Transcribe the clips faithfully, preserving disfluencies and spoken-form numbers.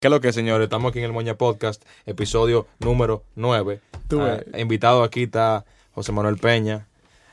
¿Qué es lo que, señores? Estamos aquí en el Moña Podcast, episodio número nueve. Uh, invitado aquí está José Manuel Peña,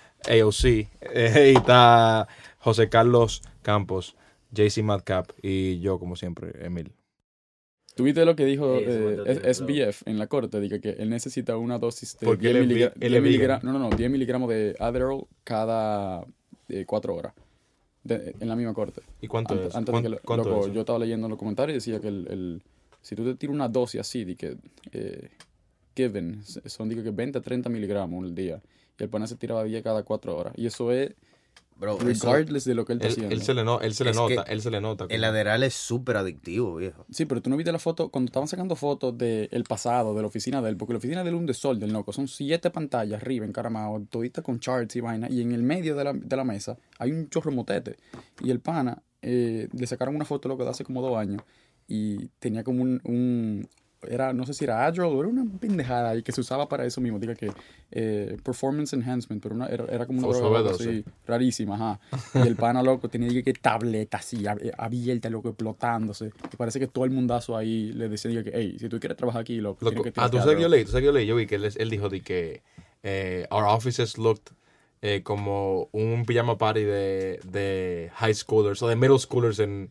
A O C, eh, y está José Carlos Campos, J C Madcap y yo, como siempre, Emil. ¿Tuviste lo que dijo eh, S B F en la corte? Dice que él necesita una dosis de diez, miligra- diez miligramos, no, no, no, diez miligramos de Adderall cada eh, cuatro horas. De, en la misma corte. ¿Y cuánto antes, es? Antes ¿Cuánto, de que, ¿cuánto loco, es? Yo estaba leyendo en los comentarios y decía que el, el, si tú te tiras una dosis así, de que eh, given, son digo, que veinte a treinta miligramos al día, y el pana se tiraba diez cada cuatro horas. Y eso es, Bro, regardless eso, de lo que él está él, haciendo. Él se le, no, él se le nota, él se le nota. El Adderall es súper adictivo, viejo. Sí, pero tú no viste la foto, cuando estaban sacando fotos del pasado, de la oficina de él, porque la oficina de él es un desorden, loco. Son siete pantallas arriba, encaramado, todita con charts y vaina, y en el medio de la, de la mesa hay un chorro motete. Y el pana, eh, le sacaron una foto, loco, de hace como dos años, y tenía como un... un era, no sé si era Adderall o era una pendejada ahí que se usaba para eso mismo, diga que eh, performance enhancement, pero una, era, era como una droga así, rarísima, ajá. Y el pana, loco, tenía diga, que tableta así, abierta, loco, explotándose. Y parece que todo el mundazo ahí le decía diga, que, hey, si tú quieres trabajar aquí, loco, loco tienes que ah, tú sabes que yo leí, tú sabes que yo leí, yo vi que él, él dijo de que eh, our offices looked eh, como un pijama party de, de high schoolers o de middle schoolers en,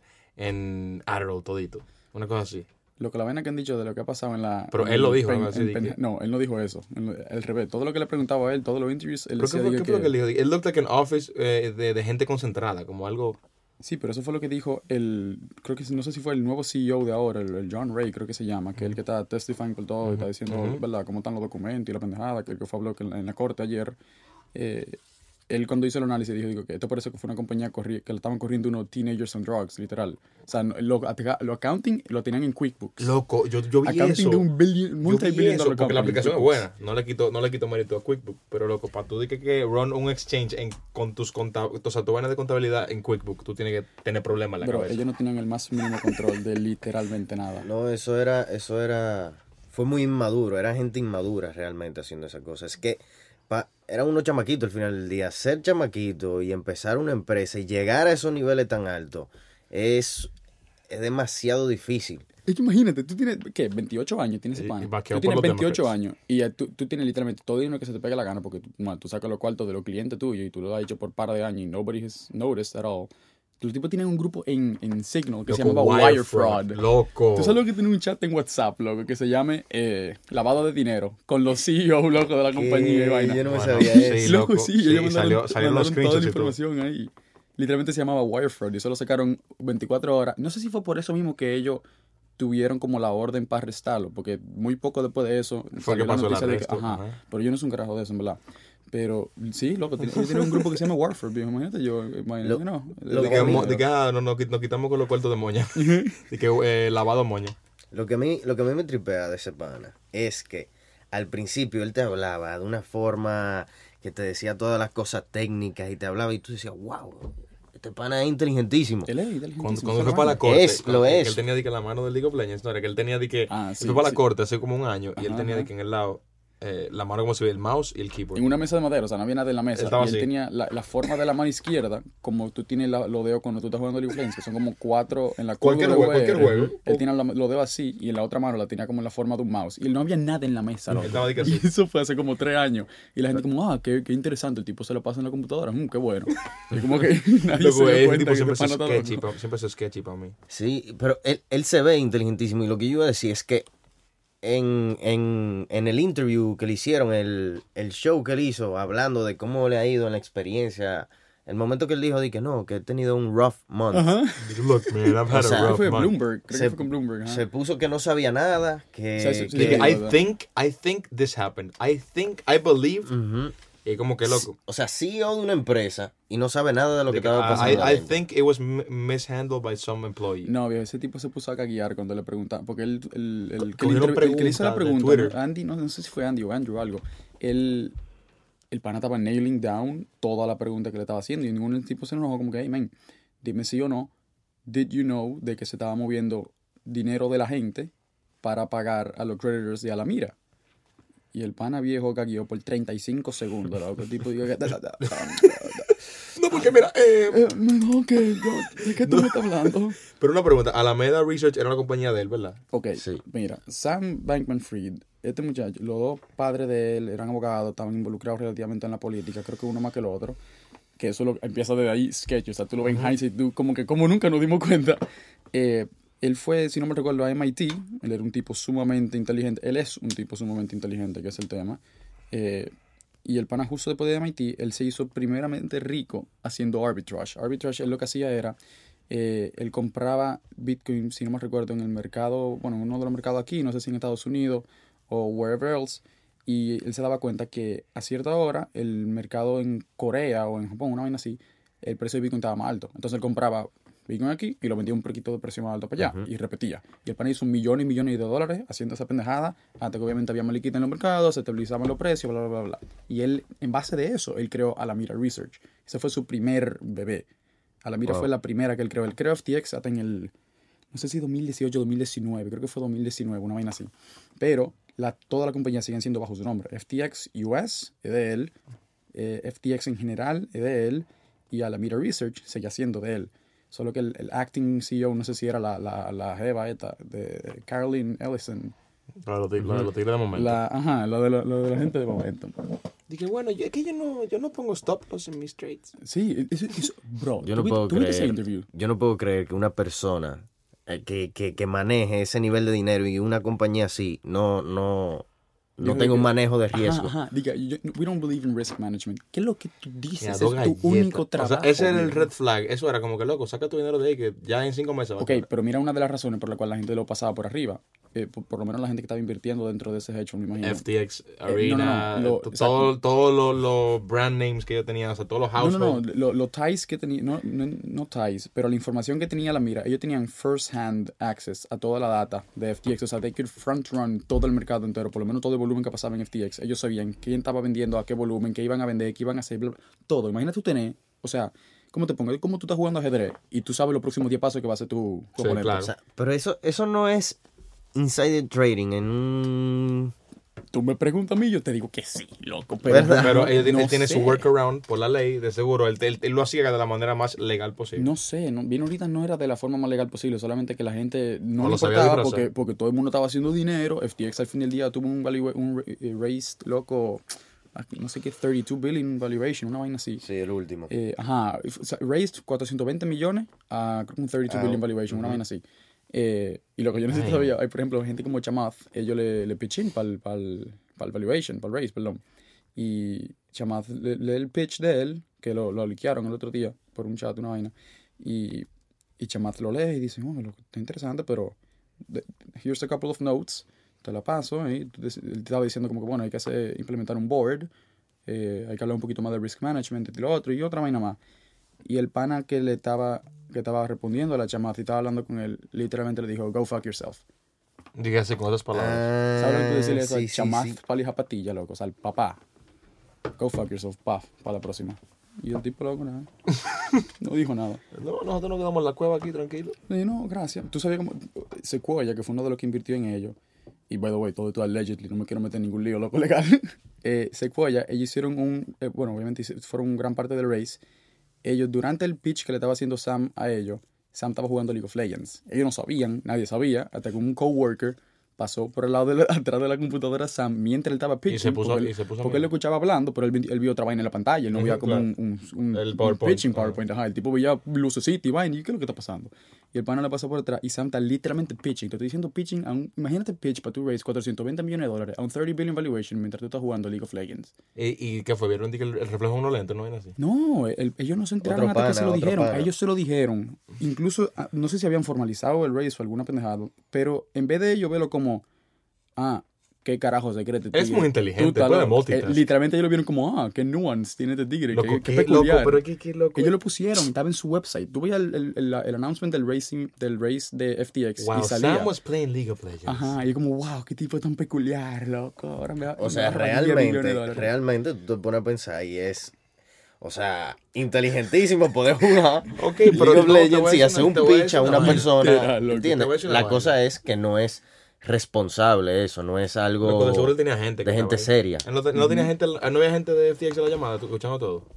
en Adderall todito, una cosa así. Lo que la vaina que han dicho de lo que ha pasado en la... Pero en él lo dijo, en, ¿no? Así en, que... No, él no dijo eso. Al revés. Todo lo que le preguntaba a él, todos los interviews, él ¿Pero decía... qué fue, que, qué fue lo que él dijo? Él looked like an office eh, de, de gente concentrada, como algo... Sí, pero eso fue lo que dijo el... Creo que no sé si fue el nuevo C E O de ahora, el, el John Ray, creo que se llama, que es el que está testifying por todo, uh-huh. y está diciendo, uh-huh. ¿verdad?, cómo están los documentos y la pendejada, que el que fue habló en, en la corte ayer. Eh... Él cuando hizo el análisis dijo, dijo que esto parece que fue una compañía corri- que le estaban corriendo unos teenagers on drugs, literal. O sea, lo, lo accounting lo tenían en QuickBooks. Loco, yo, yo vi accounting eso. de un billion, multi-billion eso, dollar porque la aplicación es buena. No le quito, no le quito mérito a QuickBooks. Pero, loco, para tú decir que run un exchange en, con tus contabilidades, o sea, tu vaina de contabilidad en QuickBooks, tú tienes que tener problemas en la Pero cabeza. ellos no tenían el más mínimo control de literalmente nada. No, eso era, eso era, fue muy inmaduro. Era gente inmadura realmente haciendo esa cosa. Es que Pa, eran unos chamaquitos al final del día. Ser chamaquito y empezar una empresa y llegar a esos niveles tan altos es, es demasiado difícil. Es que imagínate, tú tienes, ¿qué? veintiocho años tienes ese pan. Tú tienes veintiocho años y tú, tú tienes literalmente todo el dinero que se te pega la gana porque bueno, tú sacas los cuartos de los clientes tuyos y tú lo has hecho por par de años y nobody has noticed at all. Los tipos tienen un grupo en, en Signal que loco, se llama Wire, Wire Fraud. Loco. Tú sabes lo que tiene un chat en WhatsApp, loco, que se llame eh, lavado de dinero con los C E O, loco, de la compañía y vaina. Yo no me bueno, sabía sí, eso. Loco, loco, sí, sí, ellos mandaron, salió, salió mandaron los toda la información ahí. Literalmente se llamaba Wire Fraud y eso lo sacaron veinticuatro horas. No sé si fue por eso mismo que ellos tuvieron como la orden para arrestarlo, porque muy poco después de eso fue que pasó la de que, ajá, ajá, pero yo no soy un carajo de eso, en verdad. Pero sí, loco, tiene, tiene un grupo que se llama Warford, viejo. Imagínate, yo, imagínate, lo, you know, lo de que, mo, de que ah, no, no, nos quitamos con los cuartos de moña. De que eh, lavado moña. Lo que, a mí, lo que a mí me tripea de ese pana es que al principio él te hablaba de una forma que te decía todas las cosas técnicas y te hablaba y tú decías, wow, este pana es inteligentísimo. Él es inteligentísimo. Cuando, cuando fue para la corte, es, cuando, lo que es. él tenía de que la mano del League of Legends, no, era que él tenía de que, ah, sí, fue para sí. la corte hace como un año ajá, y él tenía ajá. de que en el lado Eh, la mano como se ve, el mouse y el keyboard. En una mesa de madera, o sea, no había nada en la mesa. Estaba y él así. tenía la, la forma de la mano izquierda, como tú tienes la, los dedos cuando tú estás jugando League of Legends, que son como cuatro en la Cualquier juego, cualquier juego. Él tenía la, los dedos así y en la otra mano la tenía como en la forma de un mouse. Y no había nada en la mesa, loco. Estaba de que Y así. eso fue hace como tres años. Y la gente como, ah, qué, qué interesante, el tipo se lo pasa en la computadora, mm, qué bueno. Y como que nadie Loco, se dio ese tipo cuenta siempre que es este pana sketchy, estaba- pa- siempre es sketchy para mí. Sí, pero él, él se ve inteligentísimo y lo que yo iba a decir es que en, en, en el interview que le hicieron, el, el show que él hizo, hablando de cómo le ha ido en la experiencia, el momento que él dijo de que no, que he tenido un rough month. Ajá. Look, man, I've had O sea, a rough Fue month. Bloomberg, creo Se- que fue con Bloomberg. ajá. Se puso que no sabía nada, que... O sea, sí, sí, que- sí, I verdad. think, I think this happened. I think, I believe. Ujú. Y como que loco. O sea, C E O de una empresa y no sabe nada de lo que De que, estaba I, pasando. I adentro. think it was m- mishandled by some employee. No, viejo, ese tipo se puso a caguear cuando le preguntaban, porque él, el, el, que, Cogieron le, inter- el que le hizo la preguntas de pregunta, Twitter. ¿no? Andy, no, no sé si fue Andy o Andrew o algo, él, el pana estaba nailing down toda la pregunta que le estaba haciendo y ningún del tipo se enojó como que, hey, man, dime sí o no, did you know de que se estaba moviendo dinero de la gente para pagar a los creditors de Alamira? Y el pana viejo caguió por treinta y cinco segundos, loco. El tipo dijo que... No, porque mira, eh... eh no, que yo, ¿de qué tú me estás hablando? Pero una pregunta, Alameda Research era una compañía de él, ¿verdad? Ok, Sí. Mira, Sam Bankman-Fried, este muchacho, los dos padres de él eran abogados, estaban involucrados relativamente en la política, creo que uno más que el otro, que eso lo, empieza desde ahí, sketch, o sea, tú lo ves en hindsight, tú como que como nunca nos dimos cuenta. Eh, él fue, si no me recuerdo, a M I T, él era un tipo sumamente inteligente, él es un tipo sumamente inteligente, que es el tema, eh, y el pana justo después de M I T, él se hizo primeramente rico haciendo arbitrage. Arbitrage, él lo que hacía era, eh, él compraba Bitcoin, si no me recuerdo, en el mercado, bueno, en uno de los mercados aquí, no sé si en Estados Unidos o wherever else, y él se daba cuenta que a cierta hora el mercado en Corea o en Japón, una vaina así, el precio de Bitcoin estaba más alto. Entonces él compraba Bitcoin aquí y lo vendía un poquito de precio más alto para allá, uh-huh. y repetía. Y el pan hizo un millón y millones de dólares haciendo esa pendejada, hasta que obviamente había más liquidez en los mercados, se estabilizaban los precios, bla, bla, bla, bla. Y él, en base de eso, él creó Alameda Research. Ese fue su primer bebé. Alameda wow. fue la primera que él creó. Él creó F T X hasta en el, no sé si dos mil dieciocho o dos mil diecinueve, creo que fue dos mil diecinueve, una vaina así. Pero la, toda la compañía siguen siendo bajo su nombre. F T X U S es de él, eh, F T X en general es de él, y Alameda Research sigue siendo de él. Solo que el, el acting C E O, no sé si era la, la, la jeva esta, de Caroline Ellison. La de los tigres de momento. La, ajá, la de, la, la de la gente de momento. Dije, bueno, yo, es que yo no, yo no pongo stop loss en mis trades. Sí, eso, eso, bro, yo no ¿tú, puedo ¿tú creer, ese interview? Yo no puedo creer que una persona eh, que, que, que maneje ese nivel de dinero y una compañía así no, no, no tenga un manejo de riesgo. Ajá, ajá. Diga, yo, we don't believe in risk management. ¿Qué es lo que tú dices? Mira, es tu galleta. único trabajo. O sea, ese era el red flag. Eso era como que, loco, saca tu dinero de ahí que ya en cinco meses va Ok, a pero mira una de las razones por la cual la gente lo pasaba por arriba. Eh, por, por lo menos la gente que estaba invirtiendo dentro de ese hedge fund, me imagino. F T X, Arena, eh, no, no, no, todos todo los lo brand names que yo tenía, o sea, todos los households. No, no, no, los lo ties que tenía, no, no, no ties, pero la información que tenía la mira, ellos tenían first hand access a toda la data de F T X, o sea, they could front run todo el mercado entero, por lo menos todo el volumen que pasaba en F T X. Ellos sabían quién estaba vendiendo, a qué volumen, qué iban a vender, qué iban a hacer, bla, bla, todo. Imagínate tú tener, o sea, ¿cómo te pongo? Es como tú estás jugando ajedrez y tú sabes los próximos diez pasos que va a hacer tu componente. Sí, claro. O sea, pero eso, eso no es insider trading en un... Tú me preguntas a mí, yo te digo que sí, loco. Pero, pero no, él, no él tiene sé. su workaround por la ley, de seguro. Él, él, él lo hacía de la manera más legal posible. No sé, no, bien ahorita no era de la forma más legal posible, solamente que la gente no, No le lo sabía importaba disfrazar. porque, porque todo el mundo estaba haciendo dinero. F T X al fin del día tuvo un, value, un raised, loco, no sé qué, treinta y dos billion valuation, una vaina así. Sí, el último. Eh, ajá, o sea, raised cuatrocientos veinte millones a creo que un treinta y dos Ah, billion valuation, uh-huh. una vaina así. Eh, y lo que yo necesito todavía, hay por ejemplo gente como Chamath, ellos le, le pitchin para el, para el, para el valuation, para el raise, perdón. Y Chamath lee le el pitch de él, que lo, lo liquearon el otro día por un chat, una vaina. Y, y Chamath lo lee y dice, oh, lo, está interesante, pero the, here's a couple of notes, te la paso. Y él te estaba diciendo como que, bueno, hay que hacer, implementar un board, eh, hay que hablar un poquito más de risk management y lo otro, y otra vaina más. Y el pana que le estaba, que estaba respondiendo a la Chamath y estaba hablando con él, literalmente le dijo, go fuck yourself. Dígase con otras palabras. Ah, ¿Sabes lo que tú decirle eso? sí, Sí, Chamath sí, sí. para la patilla, loco. O sea, el papá. Go fuck yourself, paf, para la próxima. Y el tipo, loco, nada. No dijo nada. No, nosotros nos quedamos en la cueva aquí, tranquilo. Le dije, no, gracias. Tú sabías cómo... Sequoia, que fue uno de los que invirtió en ellos. Y, by the way, todo esto allegedly, no me quiero meter en ningún lío, loco, legal. eh, Sequoia, ellos hicieron un... Eh, bueno, obviamente fueron gran parte del race. Ellos, durante el pitch que le estaba haciendo Sam a ellos, Sam estaba jugando League of Legends. Ellos no sabían, nadie sabía, hasta que un coworker pasó por el lado de la, atrás de la computadora Sam mientras él estaba pitching. Y se puso, porque y él, se puso porque él lo escuchaba hablando, pero él, él vio otra vaina en la pantalla. Él no Uh-huh, veía como claro. un, un, un, El un PowerPoint. pitching PowerPoint. Ajá. El tipo veía lucecita y vaina. ¿Y qué es lo que está pasando? Y el pana le pasó por detrás y Sam está literalmente pitching. Te estoy diciendo pitching a un... Imagínate pitch para tu raise cuatrocientos veinte millones de dólares a un thirty billion valuation mientras tú estás jugando League of Legends. ¿Y, y qué fue? ¿Vieron que el, el reflejo de unos lentes? ¿No ven así? No, el, ellos no se enteraron Otro hasta pana, que se lo otro dijeron. pana. A ellos se lo dijeron. Incluso, ah, no sé si habían formalizado el raise o alguna pendejada, pero en vez de ellos verlo como, ah, qué carajo se cree este tigre. Es muy inteligente, Tú estás puede loco. multitask. Eh, literalmente ellos lo vieron como, ah, qué nuance tiene este tigre, Loco, qué, qué qué peculiar. loco, pero qué, qué loco. Ellos lo pusieron, estaba en su website. Tú veías el, el, el, el announcement del racing, del race de F T X Wow, y salía. Sam was playing League of Legends. Ajá, y como, wow, qué tipo tan peculiar, loco. Ahora me va, O sea, me va a dar diez millones de realmente, dólares. realmente tú te pones a pensar y es, o sea, inteligentísimo poder jugar Ok, League pero of no, te Legends voy a y decir hacer una- un te voy a pitch decir a una una vaina. persona, Literal, loco. Te ¿entiendes? voy a decir una La vaina. cosa es que no es responsable eso, no es algo Loco, de seguro él tenía gente. que de gente estaba ahí. seria. Él no, te- no tenía gente, no había gente de F T X en la llamada, tú escuchando todo.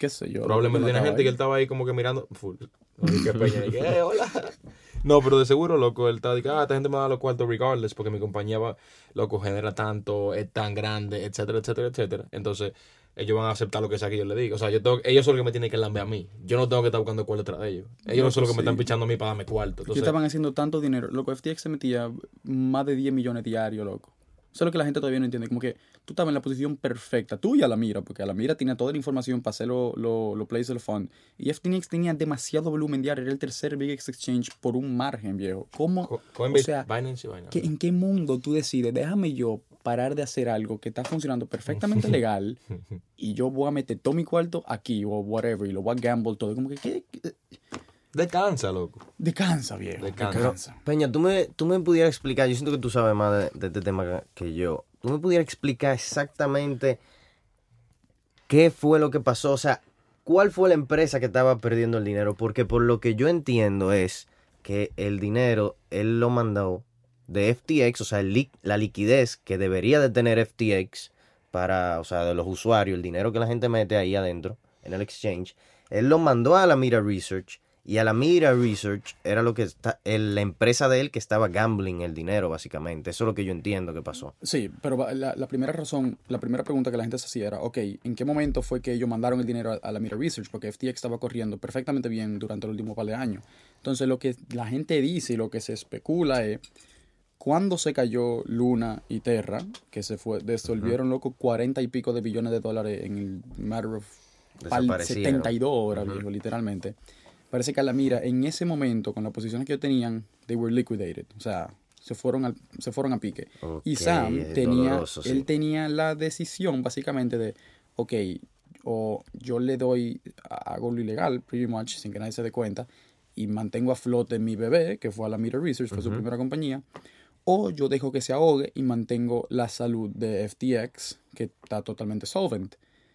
qué sé yo. Probablemente tiene gente que él estaba ahí como que mirando. Full. No, que Peña, y que, eh, hola. No, pero de seguro, loco, él estaba diciendo, ah, esta gente me da los cuartos regardless porque mi compañía, va, loco, genera tanto, es tan grande, etcétera, etcétera, etcétera. Entonces, ellos van a aceptar lo que sea que yo les diga. O sea, yo tengo, ellos son los que me tienen que lamber a mí. Yo no tengo que estar buscando cuarto detrás de ellos. Ellos no son los que sí. me están pichando a mí para darme cuarto. Entonces, que estaban haciendo tanto dinero. Loco, F T X se metía más de diez millones diarios, loco. Eso es lo que la gente todavía no entiende. Como que tú estabas en la posición perfecta. Tú y Alamira, porque Alamira tenía toda la información para hacer los lo, lo plays del fund. Y F T X tenía demasiado volumen diario. Era el tercer biggest exchange por un margen, viejo. ¿Cómo? Coinbase, o sea, Binance y Binance. ¿qué, ¿en qué mundo tú decides? Déjame yo parar de hacer algo que está funcionando perfectamente legal y yo voy a meter todo mi cuarto aquí o whatever y lo voy a gamble todo. Como que, ¿qué? ¿qué? Descansa, loco. Descansa, viejo. Descansa. Descansa. Peña, tú me, tú me pudieras explicar, yo siento que tú sabes más de, de este tema que yo. Tú me pudieras explicar exactamente qué fue lo que pasó, o sea, cuál fue la empresa que estaba perdiendo el dinero, porque por lo que yo entiendo es que el dinero él lo mandó de F T X, o sea, el li- la liquidez que debería de tener F T X para, o sea, de los usuarios, el dinero que la gente mete ahí adentro en el exchange, él lo mandó a Alamira Research. Y Alamira Research era lo que está, el, la empresa de él que estaba gambling el dinero, básicamente. Eso es lo que yo entiendo que pasó. Sí, pero la, la primera razón, la primera pregunta que la gente se hacía era, ok, ¿en qué momento fue que ellos mandaron el dinero a, a Alamira Research? Porque F T X estaba corriendo perfectamente bien durante el último par de años. Entonces, lo que la gente dice y lo que se especula es, cuando se cayó Luna y Terra, que se fue, disolvieron, uh-huh. loco, cuarenta y pico de billones de dólares en el matter of setenta y dos horas, uh-huh. viejo, literalmente. Parece que Alamira, en ese momento, con las posiciones que ellos tenían, they were liquidated. O sea, se fueron, al, se fueron a pique. Okay, y Sam tenía, sí. él tenía la decisión, básicamente, de, ok, o yo le doy, hago lo ilegal, pretty much, sin que nadie se dé cuenta, y mantengo a flote mi bebé, que fue Alamira Research, fue uh-huh. su primera compañía, o yo dejo que se ahogue y mantengo la salud de F T X, que está totalmente solvent.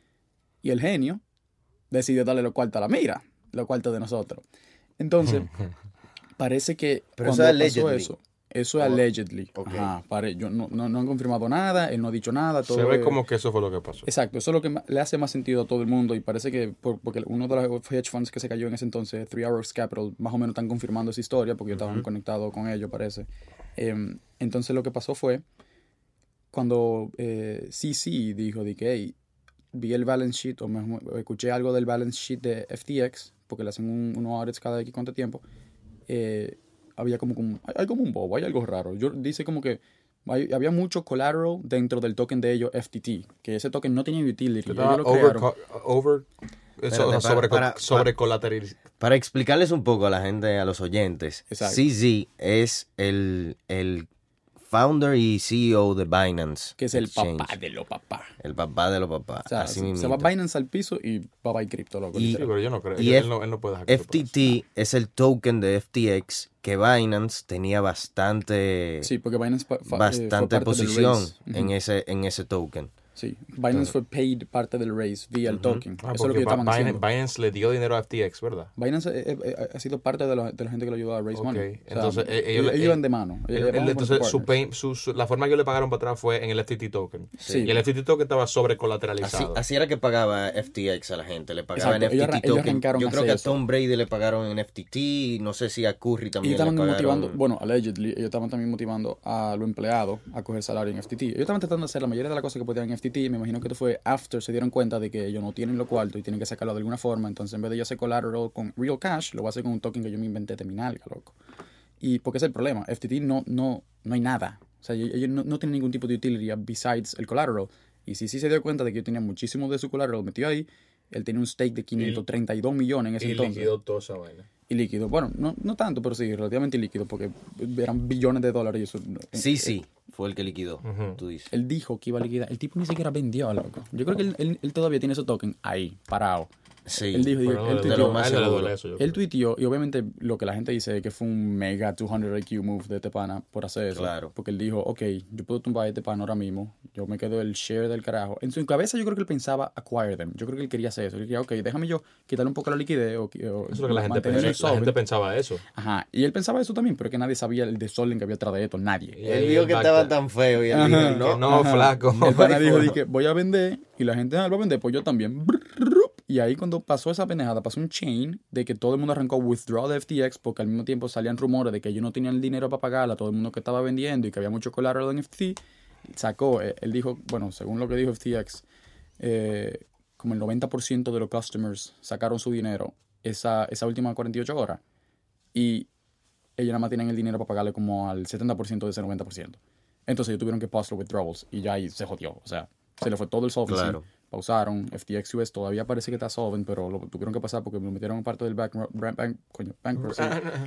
Y el genio decidió darle los cuartos a Alamira. Lo cuarto de nosotros. Entonces, parece que pero cuando eso pasó allegedly. eso, eso es allegedly. Okay. Ajá, pare, yo no, no, no han confirmado nada, él no ha dicho nada. Todo se ve es... como que eso fue lo que pasó. Exacto, eso es lo que le hace más sentido a todo el mundo y parece que, por, porque uno de los hedge funds que se cayó en ese entonces, Three Arrows Capital, más o menos están confirmando esa historia porque uh-huh. estaban conectados con ellos, parece. Eh, entonces, lo que pasó fue cuando eh, C C dijo de que, hey, vi el balance sheet o me, escuché algo del balance sheet de F T X, porque le hacen un, unos audits cada X cuánto tiempo, eh, había como, como hay, hay como un bobo, hay algo raro. Yo, dice como que hay, había mucho collateral dentro del token de ellos, F T T, que ese token no tenía utility. Ellos lo over, over, eso, Espérate, sobre, para, para, sobre para, colateral. Para explicarles un poco a la gente, a los oyentes, Exacto. C Z es el, el founder y C E O de Binance. Que es el Exchange. papá de los papás. El papá de los papás. O sea, así se, se va Binance al piso y va a cripto, loco. Y, sí, pero yo no creo. Y él, F, no, él no puede dejar F T T es el token de F T X que Binance tenía bastante, sí, porque Binance fa, fa, bastante eh, posición uh-huh. en, ese, en ese token. Sí, Binance uh-huh. fue paid parte del raise vía uh-huh. el token. Ah, eso es lo que estaban Binance, haciendo. Binance le dio dinero a F T X, ¿verdad? Binance eh, eh, ha sido parte de la, de la gente que lo ayudó a raise okay. money. O sea, entonces, eh, ellos, ellos iban de mano. El, el, entonces, su pay, su, su, la forma que ellos le pagaron para atrás fue en el F T T token. Sí. Y el F T T token estaba sobrecolateralizado. Así, así era que pagaba F T X a la gente. Le pagaban Exacto. en F T T ellos, token. ellos Yo creo que a eso. Tom Brady le pagaron en F T T. No sé si a Curry también ellos estaban le pagaron. motivando, bueno, allegedly, ellos estaban también motivando a los empleados a coger salario en F T T. Ellos estaban tratando de hacer la mayoría de las cosas que podían en F T T. Me imagino que esto fue after se dieron cuenta de que ellos no tienen lo cuarto y tienen que sacarlo de alguna forma. Entonces, en vez de yo hacer collateral con real cash, lo voy a hacer con un token que yo me inventé de mi nalga, loco. Y porque es el problema. F T T no, no, no hay nada. O sea, ellos no, no tienen ningún tipo de utility besides el collateral. Y si sí se dio cuenta de que yo tenía muchísimo de su collateral metido ahí, él tenía un stake de quinientos treinta y dos millones en ese y entonces. Y liquidó toda esa vaina. Y líquido. Bueno, no, no tanto, pero sí, relativamente líquido, porque eran billones de dólares. Y eso, sí, eh, sí, fue el que liquidó, uh-huh. tú dices. Él dijo que iba a liquidar. El tipo ni siquiera vendió, loco. Yo creo que él, él, él todavía tiene ese token ahí, parado. Sí, él dijo, pero él, no, tuiteó, más seguro. Eso, él tuiteó, y obviamente lo que la gente dice es que fue un mega doscientos I Q move de este pana por hacer eso. Claro. Porque él dijo, ok, yo puedo tumbar a este pana ahora mismo, yo me quedo el share del carajo. En su cabeza yo creo que él pensaba acquire them. Yo creo que él quería hacer eso. Él quería, ok, déjame yo quitarle un poco la liquidez. O, o eso es lo que la gente, pensaba, la gente pensaba eso. Ajá, y él pensaba eso también, pero que nadie sabía el desorden que había atrás de esto, nadie. Y él dijo que estaba tan feo y él ajá, dijo, no, no, flaco. El pana dijo, que voy a vender, y la gente, ah, él va a vender, pues yo también. Y ahí cuando pasó esa pendejada, pasó un chain de que todo el mundo arrancó withdraw de F T X porque al mismo tiempo salían rumores de que ellos no tenían el dinero para pagarla a todo el mundo que estaba vendiendo y que había mucho collateral en F T. Sacó, eh, él dijo, bueno, según lo que dijo F T X, eh, como el noventa por ciento de los customers sacaron su dinero esa, esa última cuarenta y ocho horas. Y ellos nada más tienen el dinero para pagarle como al setenta por ciento de ese noventa por ciento. Entonces ellos tuvieron que pause los withdrawals y ya ahí se jodió. O sea, se le fue todo el solvency. Claro. Pausaron. F T X U S todavía parece que está solvent, pero lo tuvieron que pasar porque lo metieron en parte del bank, bank, bank, coño, bankruptcy.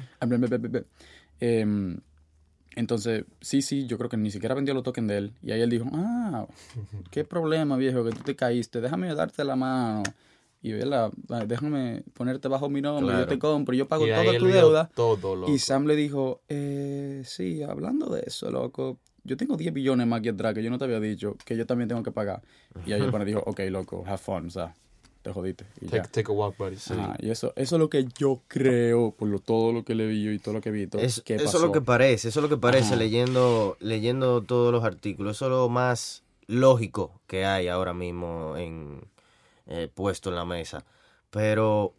eh, entonces, sí, sí, yo creo que ni siquiera vendió los tokens de él. Y ahí él dijo, ah, qué problema, viejo, que tú te caíste. Déjame darte la mano. Y vela, déjame ponerte bajo mi nombre, claro. Yo te compro, yo pago y toda tu deuda. Todo, loco. Y Sam le dijo, eh, sí, hablando de eso, loco, yo tengo diez billones más aquí atrás que yo no te había dicho, que yo también tengo que pagar. Y ahí el pana dijo, ok, loco, have fun, o sea, te jodiste. Y take, ya. take a walk, buddy. Sí. Ajá, y eso, eso es lo que yo creo, por lo, todo lo que le vi y todo lo que vi. Todo, es, que eso pasó. es lo que parece, eso es lo que parece leyendo, leyendo todos los artículos. Eso es lo más lógico que hay ahora mismo en, eh, puesto en la mesa. Pero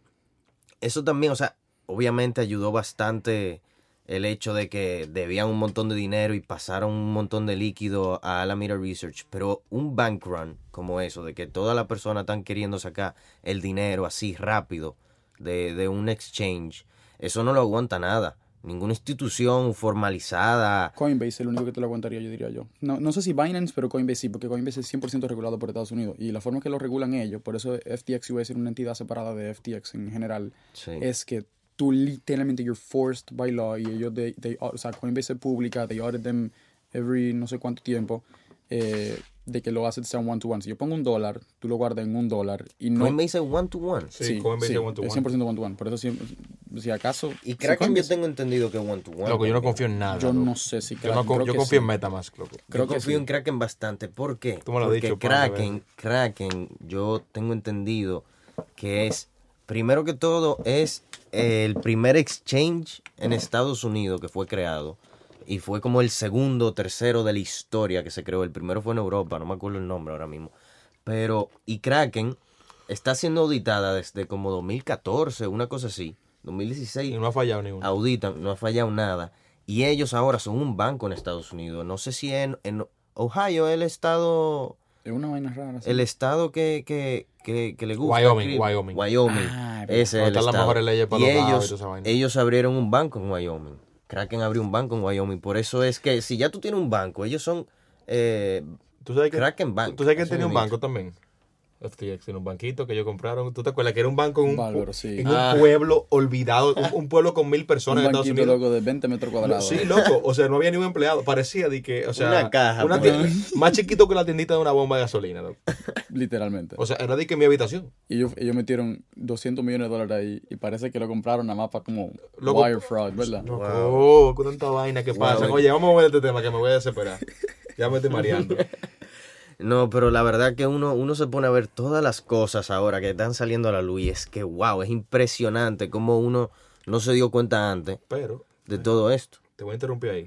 eso también, o sea, obviamente ayudó bastante el hecho de que debían un montón de dinero y pasaron un montón de líquido a Alameda Research. Pero un bank run como eso, de que todas las personas están queriendo sacar el dinero así rápido de, de un exchange, eso no lo aguanta nada. Ninguna institución formalizada. Coinbase es el único que te lo aguantaría, yo diría yo. No, no sé si Binance, pero Coinbase sí, porque Coinbase es cien por ciento regulado por Estados Unidos. Y la forma que lo regulan ellos, por eso F T X U S es una entidad separada de F T X en general, sí. Es que tú literalmente you're forced by law y ellos, they, they, o sea, Coinbase es pública, they audit them every no sé cuánto tiempo, eh, de que los assets sean one to one. Si yo pongo un dólar, tú lo guardas en un dólar y no... Coinbase es one to one. Sí, sí Coinbase sí, es one to one. Es cien por ciento one to one. Por eso, si, si acaso... Y Kraken si yo tengo entendido que es one to one. Loco, yo no confío en nada. Yo loco. no sé si Kraken... Yo, no, yo confío sí. en MetaMask, loco. Creo yo que confío sí. en Kraken bastante. ¿Por qué? Tú me lo has Porque dicho. Kraken, Kraken, yo tengo entendido que es... Primero que todo, es el primer exchange en Estados Unidos que fue creado. Y fue como el segundo o tercero de la historia que se creó. El primero fue en Europa, no me acuerdo el nombre ahora mismo. Pero, y Kraken está siendo auditada desde como dos mil catorce, una cosa así. dos mil dieciséis. Y no ha fallado ni uno. Auditan, no ha fallado nada. Y ellos ahora son un banco en Estados Unidos. No sé si en, en Ohio el estado... Es una vaina rara. ¿Sí? El estado que, que, que, que le gusta. Wyoming, Wyoming. Wyoming. Ah, ese es el estado. Las mejores leyes para y los ellos, y esa vaina. ellos abrieron un banco en Wyoming. Kraken abrió un banco en Wyoming. Por eso es que si ya tú tienes un banco, ellos son eh, ¿Tú sabes que, Kraken Bank. ¿Tú sabes que tenía un banco también? F T X, en un banquito que ellos compraron. ¿Tú te acuerdas que era un banco en un, Bárbaro, sí. en ah. un pueblo olvidado? Un, un pueblo con mil personas un en Estados Unidos. Un banquito loco de veinte metros cuadrados. Sí, loco. O sea, no había ni un empleado. Parecía de que, o sea... Una caja. Una tienda, más chiquito que la tiendita de una bomba de gasolina, loco. Literalmente. O sea, era de que mi habitación. Y ellos, ellos metieron doscientos millones de dólares ahí y parece que lo compraron nada más para como loco, wire fraud, ¿verdad? Loco, wow. Con tanta vaina que pasa. Wow. Oye, vamos a ver este tema que me voy a desesperar. Ya me estoy mareando. No, pero la verdad que uno, uno se pone a ver todas las cosas ahora que están saliendo a la luz y es que, wow, es impresionante cómo uno no se dio cuenta antes pero, de todo esto. Te voy a interrumpir ahí.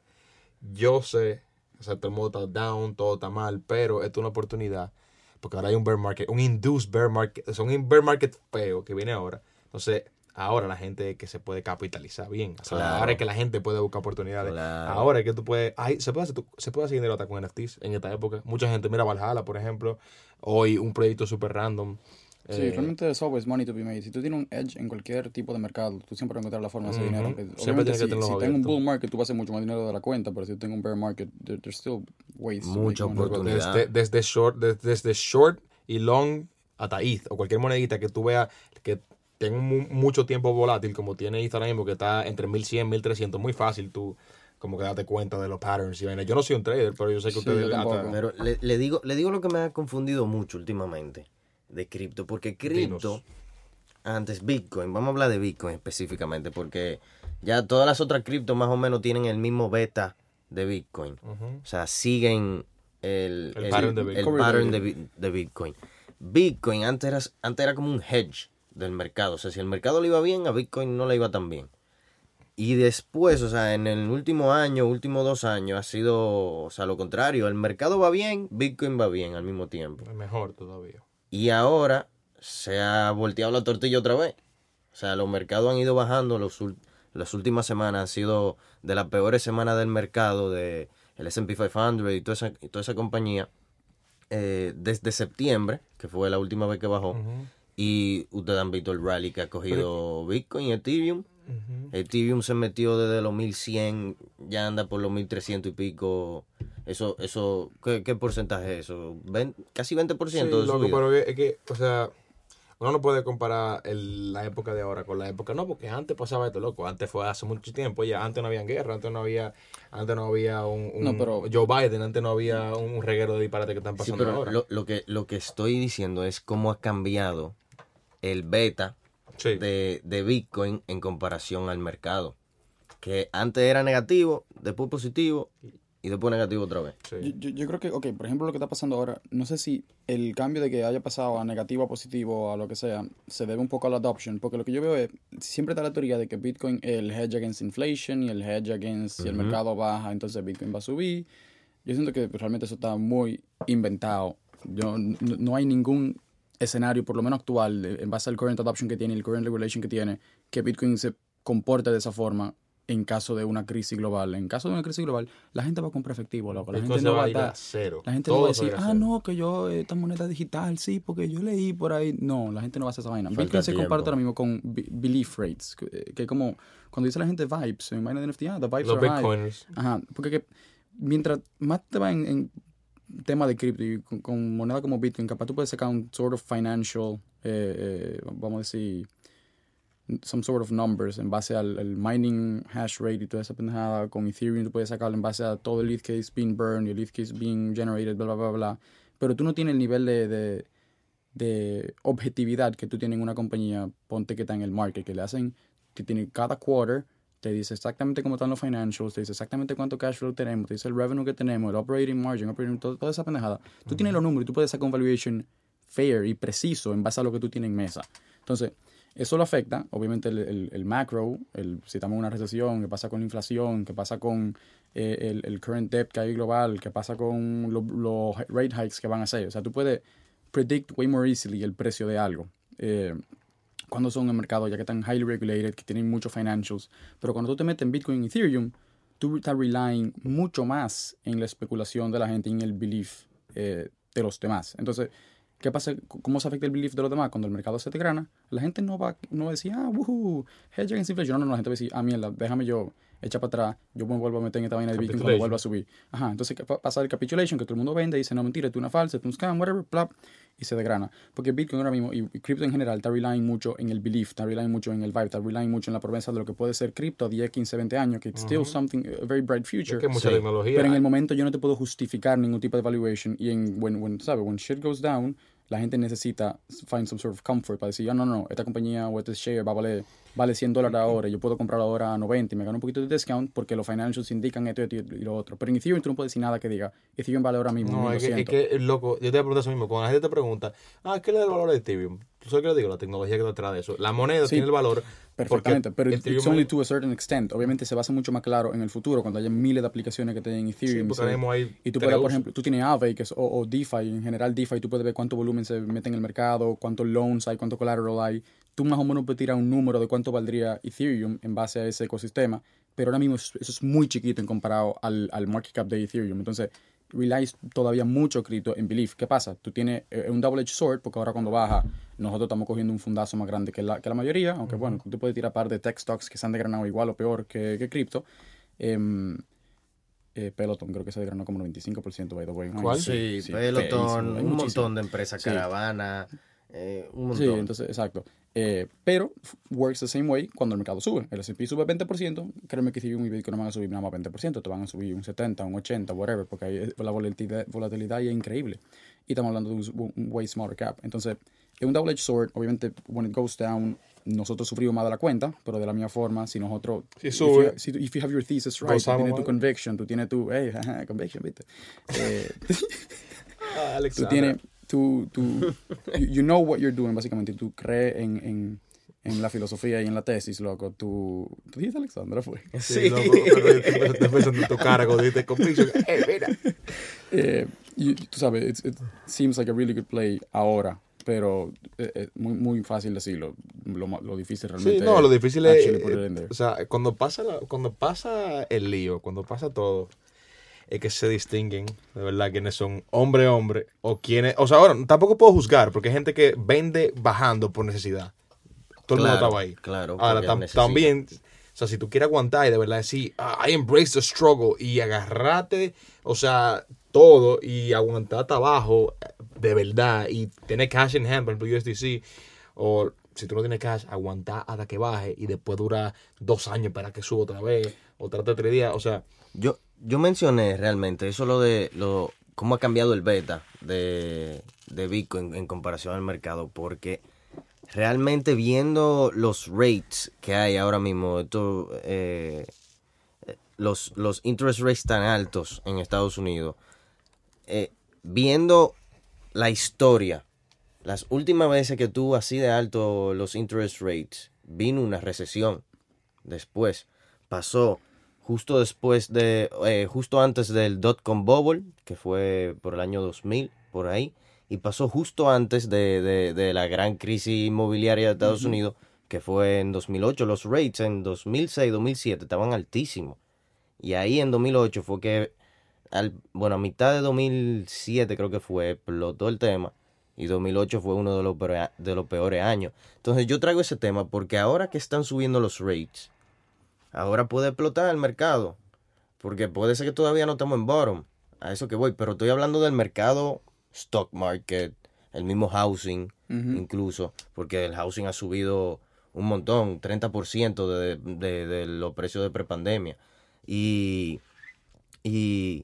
Yo sé, o sea, todo el mundo está down, todo está mal, pero esto es una oportunidad, porque ahora hay un bear market, un induced bear market, o sea, un bear market feo que viene ahora. Entonces, ahora la gente que se puede capitalizar bien. O sea, claro. Ahora es que la gente puede buscar oportunidades. Claro. Ahora es que tú puedes... Ay, se puede hacer, se puede hacer dinero hasta con N F Ts en esta época. Mucha gente mira Valhalla, por ejemplo. Hoy un proyecto súper random. Sí, eh, realmente es always money to be made. Si tú tienes un edge en cualquier tipo de mercado, tú siempre vas a encontrar la forma de hacer uh-huh. dinero. Aunque, siempre tienes si, que tenerlo si tengo un bull market, tú vas a hacer mucho más dinero de la cuenta. Pero si tengo un bear market, there, there's still ways. Mucha oportunidad. Desde, desde, short, desde, desde short y long hasta E T H. O cualquier monedita que tú veas que... Tengo mucho tiempo volátil, como tiene Ether ahora mismo, que está entre mil cien y mil trescientos. Muy fácil tú como que darte cuenta de los patterns. Y vaina. Yo no soy un trader, pero yo sé que sí, ustedes... Hasta... Pero le, le, digo, le digo lo que me ha confundido mucho últimamente de cripto. Porque cripto, antes Bitcoin, vamos a hablar de Bitcoin específicamente, porque ya todas las otras criptos más o menos tienen el mismo beta de Bitcoin. Uh-huh. O sea, siguen el, el, el pattern, de Bitcoin. El pattern de, de Bitcoin. Bitcoin antes era, antes era como un hedge del mercado. O sea, si el mercado le iba bien, a Bitcoin no le iba tan bien. Y después, o sea, en el último año, último dos años, ha sido, o sea, lo contrario. El mercado va bien, Bitcoin va bien al mismo tiempo. Es mejor todavía. Y ahora, se ha volteado la tortilla otra vez. O sea, los mercados han ido bajando. Los, las últimas semanas han sido de las peores semanas del mercado, de el ese and pe quinientos y toda esa, y toda esa compañía, eh, desde septiembre, que fue la última vez que bajó. Uh-huh. Y ustedes han visto el rally que ha cogido Bitcoin, Ethereum. Uh-huh. Ethereum se metió desde los mil cien, ya anda por los mil trescientos y pico. Eso, eso, ¿qué, qué porcentaje es eso? ¿veinte, casi veinte por ciento sí, de su loco, vida? Pero es que, o sea, uno no puede comparar el, la época de ahora con la época, no, porque antes pasaba esto, loco, antes fue hace mucho tiempo, ya antes no había guerra, antes no había, antes no había un, un no, pero, Joe Biden, antes no había un reguero de disparate que están pasando sí, pero ahora. Lo, lo, que, lo que estoy diciendo es cómo ha cambiado el beta sí. de, de Bitcoin en comparación al mercado. Que antes era negativo, después positivo y después negativo otra vez. Sí. Yo, yo creo que, ok, por ejemplo, lo que está pasando ahora, no sé si el cambio de que haya pasado a negativo a positivo a lo que sea, se debe un poco a la adoption, porque lo que yo veo es, siempre está la teoría de que Bitcoin es el hedge against inflation y el hedge against uh-huh. si el mercado baja, entonces Bitcoin va a subir. Yo siento que realmente eso está muy inventado. Yo, no, no hay ningún escenario, por lo menos actual, en base al current adoption que tiene, el current regulation que tiene, que Bitcoin se comporte de esa forma en caso de una crisis global. En caso de una crisis global, la gente va a comprar efectivo, loco. La el gente no va a estar, cero. La gente no va a decir, ah, no, que yo, esta moneda digital, sí, porque yo leí por ahí. No, la gente no va a hacer esa vaina. Falta Bitcoin tiempo. Se comparte ahora mismo con b- belief rates, que, que como cuando dice la gente vibes, en vaina de N F T, ah, the vibes Los are bitcoiners. high. Ajá, porque que, mientras más te va en, en tema de cripto y con, con moneda como Bitcoin, capaz tú puedes sacar un sort of financial, eh, eh, vamos a decir, some sort of numbers en base al, al mining hash rate y toda esa pendejada. Con Ethereum tú puedes sacarlo en base a todo el E T H case being burned y el E T H case being generated, bla, bla, bla, bla. Pero tú no tienes el nivel de, de, de objetividad que tú tienes en una compañía, ponte que está en el market, que le hacen, que tiene cada quarter, te dice exactamente cómo están los financials, te dice exactamente cuánto cash flow tenemos, te dice el revenue que tenemos, el operating margin, operating, todo, toda esa pendejada. Tú uh-huh. tienes los números y tú puedes sacar un valuation fair y preciso en base a lo que tú tienes en mesa. Entonces, eso lo afecta, obviamente, el, el, el macro, el, si estamos en una recesión, qué pasa con la inflación, qué pasa con eh, el, el current debt que hay global, qué pasa con los lo rate hikes que van a hacer. O sea, tú puedes predict way more easily el precio de algo. Eh, cuando son en mercado ya que están highly regulated, que tienen muchos financials. Pero cuando tú te metes en Bitcoin y Ethereum, tú estás relying mucho más en la especulación de la gente y en el belief eh, de los demás. Entonces, ¿qué pasa? ¿Cómo se afecta el belief de los demás? Cuando el mercado se te grana, la gente no va, no va a decir, ah, woohoo, hedge against inflation. No, no, no, la gente va a decir, ah, mierda, déjame yo echar para atrás, yo me vuelvo a meter en esta vaina de Bitcoin cuando vuelva a subir. Ajá, entonces pasa el capitulation, que todo el mundo vende y dice, no, mentira, es una falsa, es un scam, whatever, plap, y se desgrana. Porque Bitcoin ahora mismo, y, y cripto en general, está relying mucho en el belief, está relying mucho en el vibe, está relying mucho en la promesa de lo que puede ser cripto a diez, quince, veinte años, que it's uh-huh. still something, a very bright future. Es que mucha sí. tecnología. Pero en el momento yo no te puedo justificar ningún tipo de valuation, y en, when, when, ¿sabes? When shit goes down, la gente necesita find some sort of comfort para decir, ah, no, no, esta compañía o este share va a valer, vale cien dólares ahora, yo puedo comprarlo ahora a noventa y me gano un poquito de discount porque los financials indican esto, esto y lo otro. Pero en Ethereum tú no puedes decir nada que diga, Ethereum vale ahora mismo no, mil doscientos. Es que, es que, loco, yo te voy a preguntar eso mismo. Cuando la gente te pregunta, ah, ¿qué le da el valor de Ethereum? ¿Tú sabes qué le digo? La tecnología que está detrás de eso. La moneda sí, tiene el valor. Perfectamente, pero Ethereum it's only to a certain extent. Obviamente se basa mucho más claro en el futuro, cuando haya miles de aplicaciones que tienen Ethereum. Sí, tenemos ahí y tú puedes, por ejemplo, tú tienes Aave que es, o, o DeFi, en general DeFi, tú puedes ver cuánto volumen se mete en el mercado, cuántos loans hay, cuánto collateral hay. Tú más o menos puedes tirar un número de cuánto valdría Ethereum en base a ese ecosistema, pero ahora mismo eso es muy chiquito en comparado al, al market cap de Ethereum. Entonces, relies todavía mucho cripto en belief. ¿Qué pasa? Tú tienes eh, un double-edged sword, porque ahora cuando baja, nosotros estamos cogiendo un fundazo más grande que la, que la mayoría, aunque uh-huh. bueno, tú puedes tirar par de tech stocks que se han desgranado igual o peor que, que cripto. Eh, eh, Peloton creo que se desgranó como el veinticinco por ciento, by the way. ¿Cuál? Sí, sí, Peloton, un muchísimo. montón de empresas, sí. Caravana, eh, un montón. Sí, entonces, exacto. Eh, pero works the same way cuando el mercado sube. El S and P sube veinte por ciento, créeme que Ethereum y Bitcoin no van a subir nada más veinte por ciento, te van a subir un setenta por ciento, un ochenta por ciento, whatever, porque ahí la volatilidad, volatilidad es increíble. Y estamos hablando de un, un way smaller cap. Entonces, es un double-edged sword. Obviamente, when it goes down, nosotros sufrimos más de la cuenta, pero de la misma forma, si nosotros... Si sube. If you, if you have your thesis right, tú tienes tu conviction, tú tienes tu... Hey, conviction, ¿viste? Eh, ah, tú tienes... Tú, tú, you, you know what you're doing, básicamente. Tú crees en, en, en la filosofía y en la tesis, loco. Tú, ¿tú dijiste Alexandra, fue? Sí. sí loco, pero estoy pensando en tu cara cuando dijiste conviction. ¡Eh, mira! Eh, you, tú sabes, it, it seems like a really good play ahora. pero es eh, muy, muy fácil decirlo. Lo, lo difícil realmente sí, no, lo difícil es, es o sea, cuando pasa, la, cuando pasa el lío, cuando pasa todo, es que se distinguen, de verdad, quiénes son hombre, hombre, o quienes, o sea, ahora, tampoco puedo juzgar, porque hay gente que vende bajando por necesidad. Todo el claro, mundo estaba ahí. Claro. Ahora, tam, también, o sea, si tú quieres aguantar y de verdad decir, ah, I embrace the struggle, y agarrate, o sea, todo, y aguantar hasta abajo, de verdad, y tener cash in hand, por ejemplo, U S D C, o si tú no tienes cash, aguantar hasta que baje, y después dura dos años para que suba otra vez, o trata tres días, o sea... Yo, yo mencioné realmente eso lo de lo cómo ha cambiado el beta de, de Bitcoin en comparación al mercado, porque realmente viendo los rates que hay ahora mismo, esto, eh, los, los interest rates tan altos en Estados Unidos, eh, viendo la historia, las últimas veces que tuvo así de alto los interest rates, vino una recesión. Después pasó justo después de, eh, justo antes del dot-com bubble, que fue por el año dos mil, por ahí, y pasó justo antes de, de, de la gran crisis inmobiliaria de Estados uh-huh. Unidos, que fue en dos mil ocho. Los rates en dos mil seis, dos mil siete estaban altísimos. Y ahí en dos mil ocho fue que, al, bueno, a mitad de dos mil siete creo que fue, explotó el tema. Y dos mil ocho fue uno de los, peores, de los peores años. Entonces yo traigo ese tema porque ahora que están subiendo los rates, ahora puede explotar el mercado. Porque puede ser que todavía no estamos en bottom. A eso que voy. Pero estoy hablando del mercado stock market, el mismo housing, uh-huh. incluso. Porque el housing ha subido un montón, treinta por ciento de, de, de los precios de prepandemia. Y, y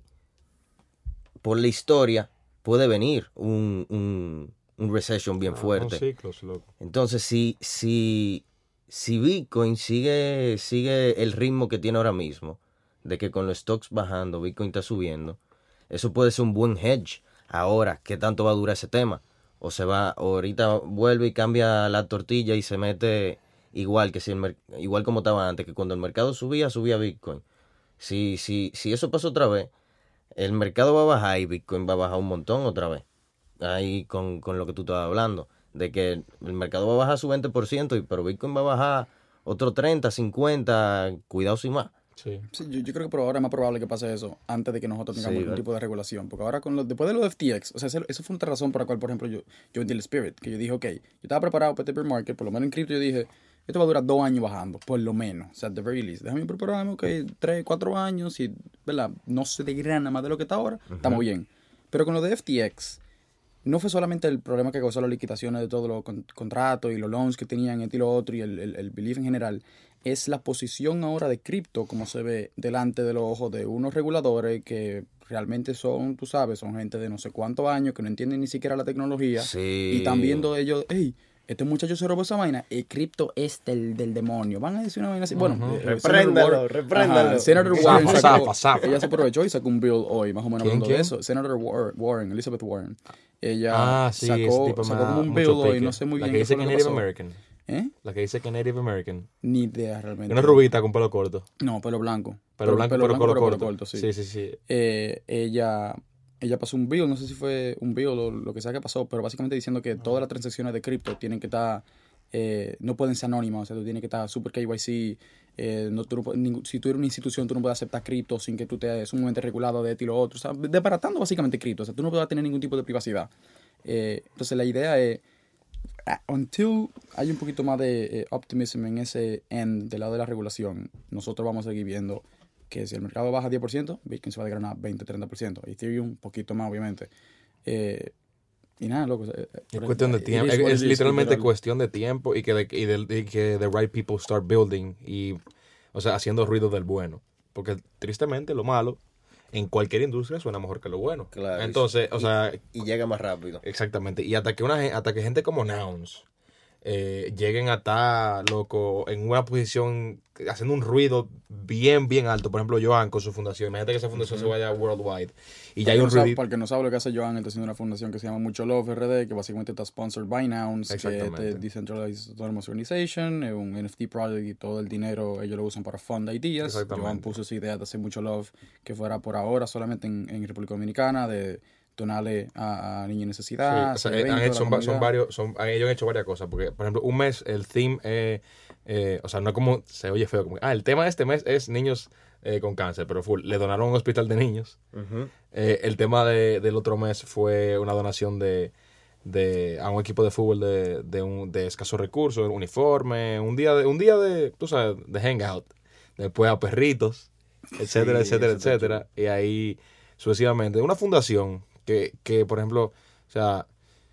por la historia puede venir un, un, un recession bien ah, fuerte. Ciclos, loco. Entonces, si, si, si Bitcoin sigue, sigue el ritmo que tiene ahora mismo, de que con los stocks bajando, Bitcoin está subiendo, eso puede ser un buen hedge. Ahora, ¿qué tanto va a durar ese tema? O se va, o ahorita vuelve y cambia la tortilla y se mete igual que si el mer- igual como estaba antes, que cuando el mercado subía, subía Bitcoin. Si, si, si eso pasa otra vez, el mercado va a bajar y Bitcoin va a bajar un montón otra vez. Ahí con, con lo que tú estabas hablando, de que el mercado va a bajar su veinte por ciento, pero Bitcoin va a bajar otro treinta, cincuenta, cuidado sin más. Sí. Sí, yo, yo creo que por ahora es más probable que pase eso antes de que nosotros tengamos sí, algún ¿verdad? tipo de regulación. Porque ahora, con los, después de los F T X, o sea, eso fue otra razón por la cual, por ejemplo, yo, yo vendí el Spirit. Que yo dije, ok, yo estaba preparado para este bear market, por lo menos en cripto yo dije, esto va a durar dos años bajando, por lo menos. O sea, at the very least. Déjame prepararme, ok, tres, cuatro años y, ¿verdad? No se degrana más de lo que está ahora, uh-huh. estamos bien. Pero con lo de F T X, no fue solamente el problema que causó las liquidaciones de todos los con, contratos y los loans que tenían, esto y lo otro, y el, el, el belief en general. Es la posición ahora de cripto, como se ve delante de los ojos de unos reguladores que realmente son, tú sabes, son gente de no sé cuántos años que no entienden ni siquiera la tecnología. Sí. Y están viendo ellos, hey, este muchacho se robó esa vaina, el cripto es del, del demonio. Van a decir una vaina así. Bueno, uh-huh. eh, repréndalo, repréndalo. Senator Warren zafa, sacó, zafa, zafa. ella se aprovechó y sacó un bill hoy, más o menos hablando ¿Quién? de eso. Senator Warren, Elizabeth Warren. Ella ah, sí, sacó, tipo sacó más, como un bill hoy, no sé muy la bien que dice qué que fue lo que Native pasó. American. ¿Eh? La que dice que Native American. Ni idea realmente. Una rubita con pelo corto. No, pelo blanco. Pelo blanco, pero, pelo pelo blanco, corto. Pelo corto, sí. Sí, sí, sí. Eh, ella, ella pasó un bill, no sé si fue un bill o lo que sea que pasó, pero básicamente diciendo que todas las transacciones de cripto tienen que estar, eh, no pueden ser anónimas, o sea, tú tienes que estar super K Y C. Eh, no, tú no, ningún, si tú eres una institución, tú no puedes aceptar cripto sin que tú te sumamente regulado de esto y lo otro. O sea, desbaratando básicamente cripto. O sea, tú no puedes tener ningún tipo de privacidad. Eh, entonces, la idea es, until hay un poquito más de eh, optimism en ese end del lado de la regulación, nosotros vamos a seguir viendo que si el mercado baja diez por ciento, Bitcoin se va a desgranar veinte a treinta por ciento. Ethereum, un poquito más, obviamente. Eh, y nada, loco. Eh, es cuestión de tiempo. Es, es literalmente literal. cuestión de tiempo y que, de, y, de, y que the right people start building y, o sea, haciendo ruido del bueno. Porque tristemente lo malo en cualquier industria suena mejor que lo bueno. Claro. Entonces, y, o sea... Y llega más rápido. Exactamente. Y hasta que, una, hasta que gente como Nouns eh, lleguen a estar, loco, en una posición, haciendo un ruido bien, bien alto. Por ejemplo, Joan con su fundación. Imagínate que esa fundación uh-huh. se vaya worldwide. Y ya hay un ruido... Para el que no sabe lo que hace Joan, él está haciendo una fundación que se llama Mucho Love R D, que básicamente está sponsored by Nouns, que es de Decentralized Autonomous Organization, es un N F T project y todo el dinero ellos lo usan para fund ideas. Joan puso esa idea de hacer Mucho Love, que fuera por ahora solamente en, en República Dominicana, de donarle a, a niños en necesidad. Sí, o sea, eventos, han hecho, son, la son varios, son, ellos han hecho varias cosas. Porque, por ejemplo, un mes el theme, eh, eh, o sea, no como se oye feo, como, ah, el tema de este mes es niños eh, con cáncer, pero full, le donaron a un hospital de niños. Uh-huh. Eh, el tema de, del otro mes fue una donación de, de a un equipo de fútbol de, de, un, de escasos recursos, uniforme, un día de, un día de, tú sabes, de hangout. Después a perritos, etcétera, sí, etcétera, etcétera. Y ahí sucesivamente. Una fundación que, que, por ejemplo, o sea,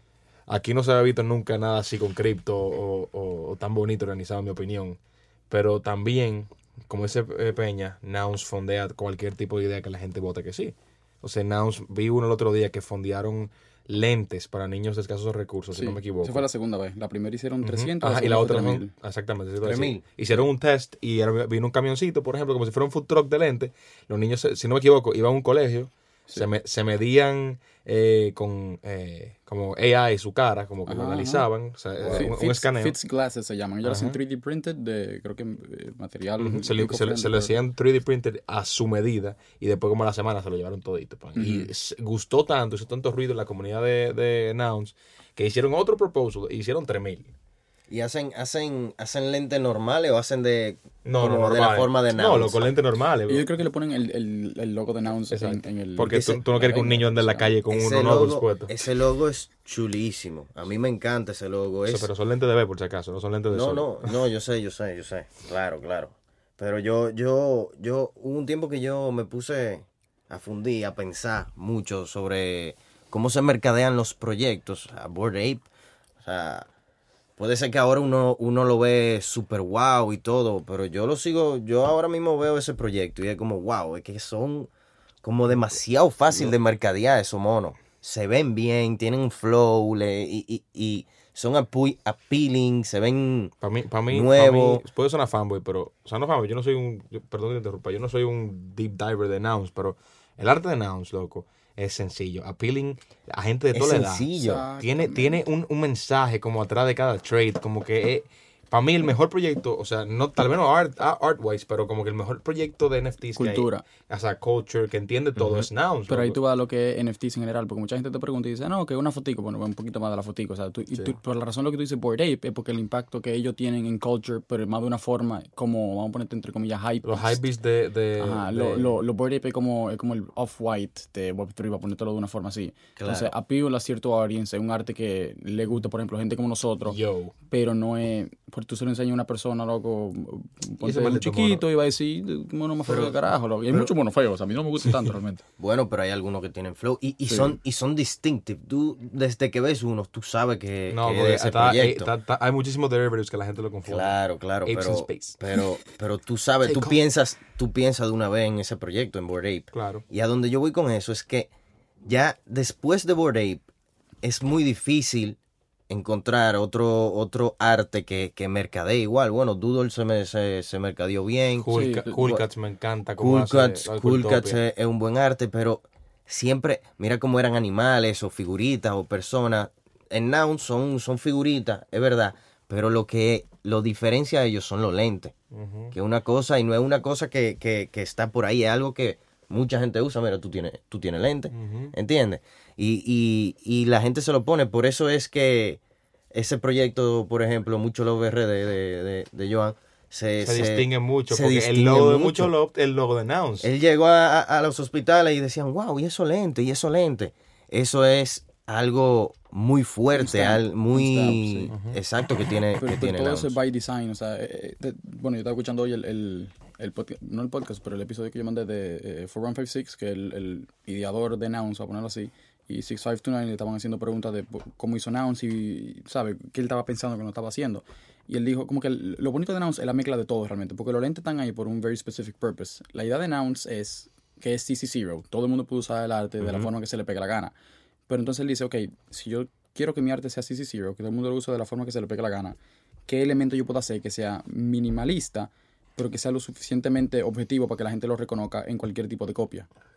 aquí no se había visto nunca nada así con cripto o, o, o tan bonito organizado, en mi opinión. Pero también, como dice Peña, Nouns fondea cualquier tipo de idea que la gente vote que sí. O sea, Nouns, vi uno el otro día que fondearon lentes para niños de escasos recursos, sí, si no me equivoco. Esa fue la segunda vez. La primera hicieron trescientos. Uh-huh. Ajá, y la otra no. Exactamente. tres mil. Hicieron un test y era, vino un camioncito, por ejemplo, como si fuera un food truck de lentes. Los niños, si no me equivoco, iban a un colegio, sí. se, me, se medían eh, con eh, como A I su cara, como que ajá, lo analizaban. O sea, wow. un, Fits, un escaneo. Fits glasses se llaman. Ellos hacen tres D printed de, creo que eh, material. Uh-huh. Se, le, se, le, se le hacían tres D printed a su medida y después como a la semana se lo llevaron todito. Uh-huh. Y gustó tanto, hizo tanto ruido en la comunidad de, de Nouns que hicieron otro proposal y hicieron tres mil. ¿Y hacen hacen hacen lentes normales o hacen de, no, como no, de la forma de Nouns? No, lo con lentes normales. Y yo creo que le ponen el, el, el logo de Nouns en, en el... Porque ese, tú, tú no quieres que un niño ande en la calle con uno nuevo expuesto. Ese logo es chulísimo. A mí me encanta ese logo. Es... O sea, pero son lentes de ver, por si acaso, no son lentes de no, sol. No, no, no, yo sé, yo sé, yo sé. Claro, claro. Pero yo, yo, yo, hubo un tiempo que yo me puse a fundir, a pensar mucho sobre cómo se mercadean los proyectos a Bored Ape. O sea... Puede ser que ahora uno, uno lo ve súper wow y todo, pero yo lo sigo, yo ahora mismo veo ese proyecto y es como wow, es que son como demasiado fácil de mercadear esos monos. Se ven bien, tienen un flow le, y, y, y son apu- appealing, se ven para mí, para mí, nuevos. Para mí, puedo ser una fanboy, pero, o sea, no fanboy, yo no soy un, yo, perdón que te interrumpa, yo no soy un deep diver de Nouns, pero el arte de Nouns, loco, es sencillo, appealing a gente de toda la edad. Tiene, tiene un, un mensaje como atrás de cada trade, como que es, para mí el mejor proyecto, o sea, no tal vez no art, art-wise, pero como que el mejor proyecto de N F Ts cultura. Que hay, o sea, culture, que entiende todo, uh-huh. es Nouns. Pero loco. Ahí tú vas a lo que es N F Ts en general, porque mucha gente te pregunta y dice, no, que una fotico, bueno, un poquito más de la fotico, o sea, tú, sí. y tú, por la razón lo que tú dices Bored Ape es porque el impacto que ellos tienen en culture, pero más de una forma, como, vamos a ponerte entre comillas, hype. Los hypebeast de... de Ajá, de... los lo, lo Bored Ape es como, es como el off-white de web tres, para ponértelo de una forma así. Claro. Entonces, appeal a cierto audiencia, un arte que le gusta, por ejemplo, gente como nosotros, Yo. pero no es, porque tú se lo enseñas a una persona persona, loco, ponte un chiquito mono. Y va a decir, mono más feo pero, de carajo, loco. Y hay muchos monos feos, a mí no me gusta tanto realmente. Bueno, pero hay algunos que tienen flow y, y sí. son y son distinctive. Tú, desde que ves uno, tú sabes que, no, que es ese está, proyecto. Está, está, hay muchísimos derivatives que la gente lo confunde. Claro, claro, pero, pero, pero tú sabes, tú piensas, tú piensas de una vez en ese proyecto, en Bored Ape. Claro. Y a donde yo voy con eso es que ya después de Bored Ape es muy difícil encontrar otro otro arte que, que mercadee igual. Bueno, Doodle se, me, se, se mercadeó bien. Cool, sí. Cool Cats me encanta. Cool Cats, cool Cats es, es un buen arte, pero siempre, mira cómo eran animales o figuritas o personas. En Nouns son, son figuritas, es verdad, pero lo que lo diferencia a ellos son los lentes. Uh-huh. Que es una cosa, y no es una cosa que, que, que está por ahí, es algo que mucha gente usa. Mira, tú tienes, tú tienes lentes, uh-huh. ¿entiendes? Y, y, y la gente se lo pone. Por eso es que ese proyecto, por ejemplo, mucho Love R de, de, de, de Joan, se, se, se distingue mucho. Se porque distingue el logo de mucho. mucho Love, el logo de Nouns. Él llegó a, a, a los hospitales y decían, wow, y eso lente, y eso lente. Eso es algo muy fuerte, stamp, al, muy stamp, sí. exacto que tiene, pero, que pero tiene todo Nouns. eso es by design. O sea, eh, de, bueno, yo estaba escuchando hoy el... el El podcast, no el podcast, pero el episodio que yo mandé de eh, cuatro uno cinco seis, que el, el ideador de Nouns, a ponerlo así, y seis cinco dos nueve le estaban haciendo preguntas de cómo hizo Nouns y, ¿sabe?, qué él estaba pensando que no estaba haciendo. Y él dijo, como que el, lo bonito de Nouns es la mezcla de todo realmente, porque los lentes están ahí por un very specific purpose. La idea de Nouns es que es C C cero. Todo el mundo puede usar el arte de uh-huh. la forma que se le pegue la gana. Pero entonces él dice, ok, si yo quiero que mi arte sea C C cero, que todo el mundo lo use de la forma que se le pegue la gana, ¿qué elemento yo puedo hacer que sea minimalista, pero que sea lo suficientemente objetivo para que la gente lo reconozca en cualquier tipo de copia?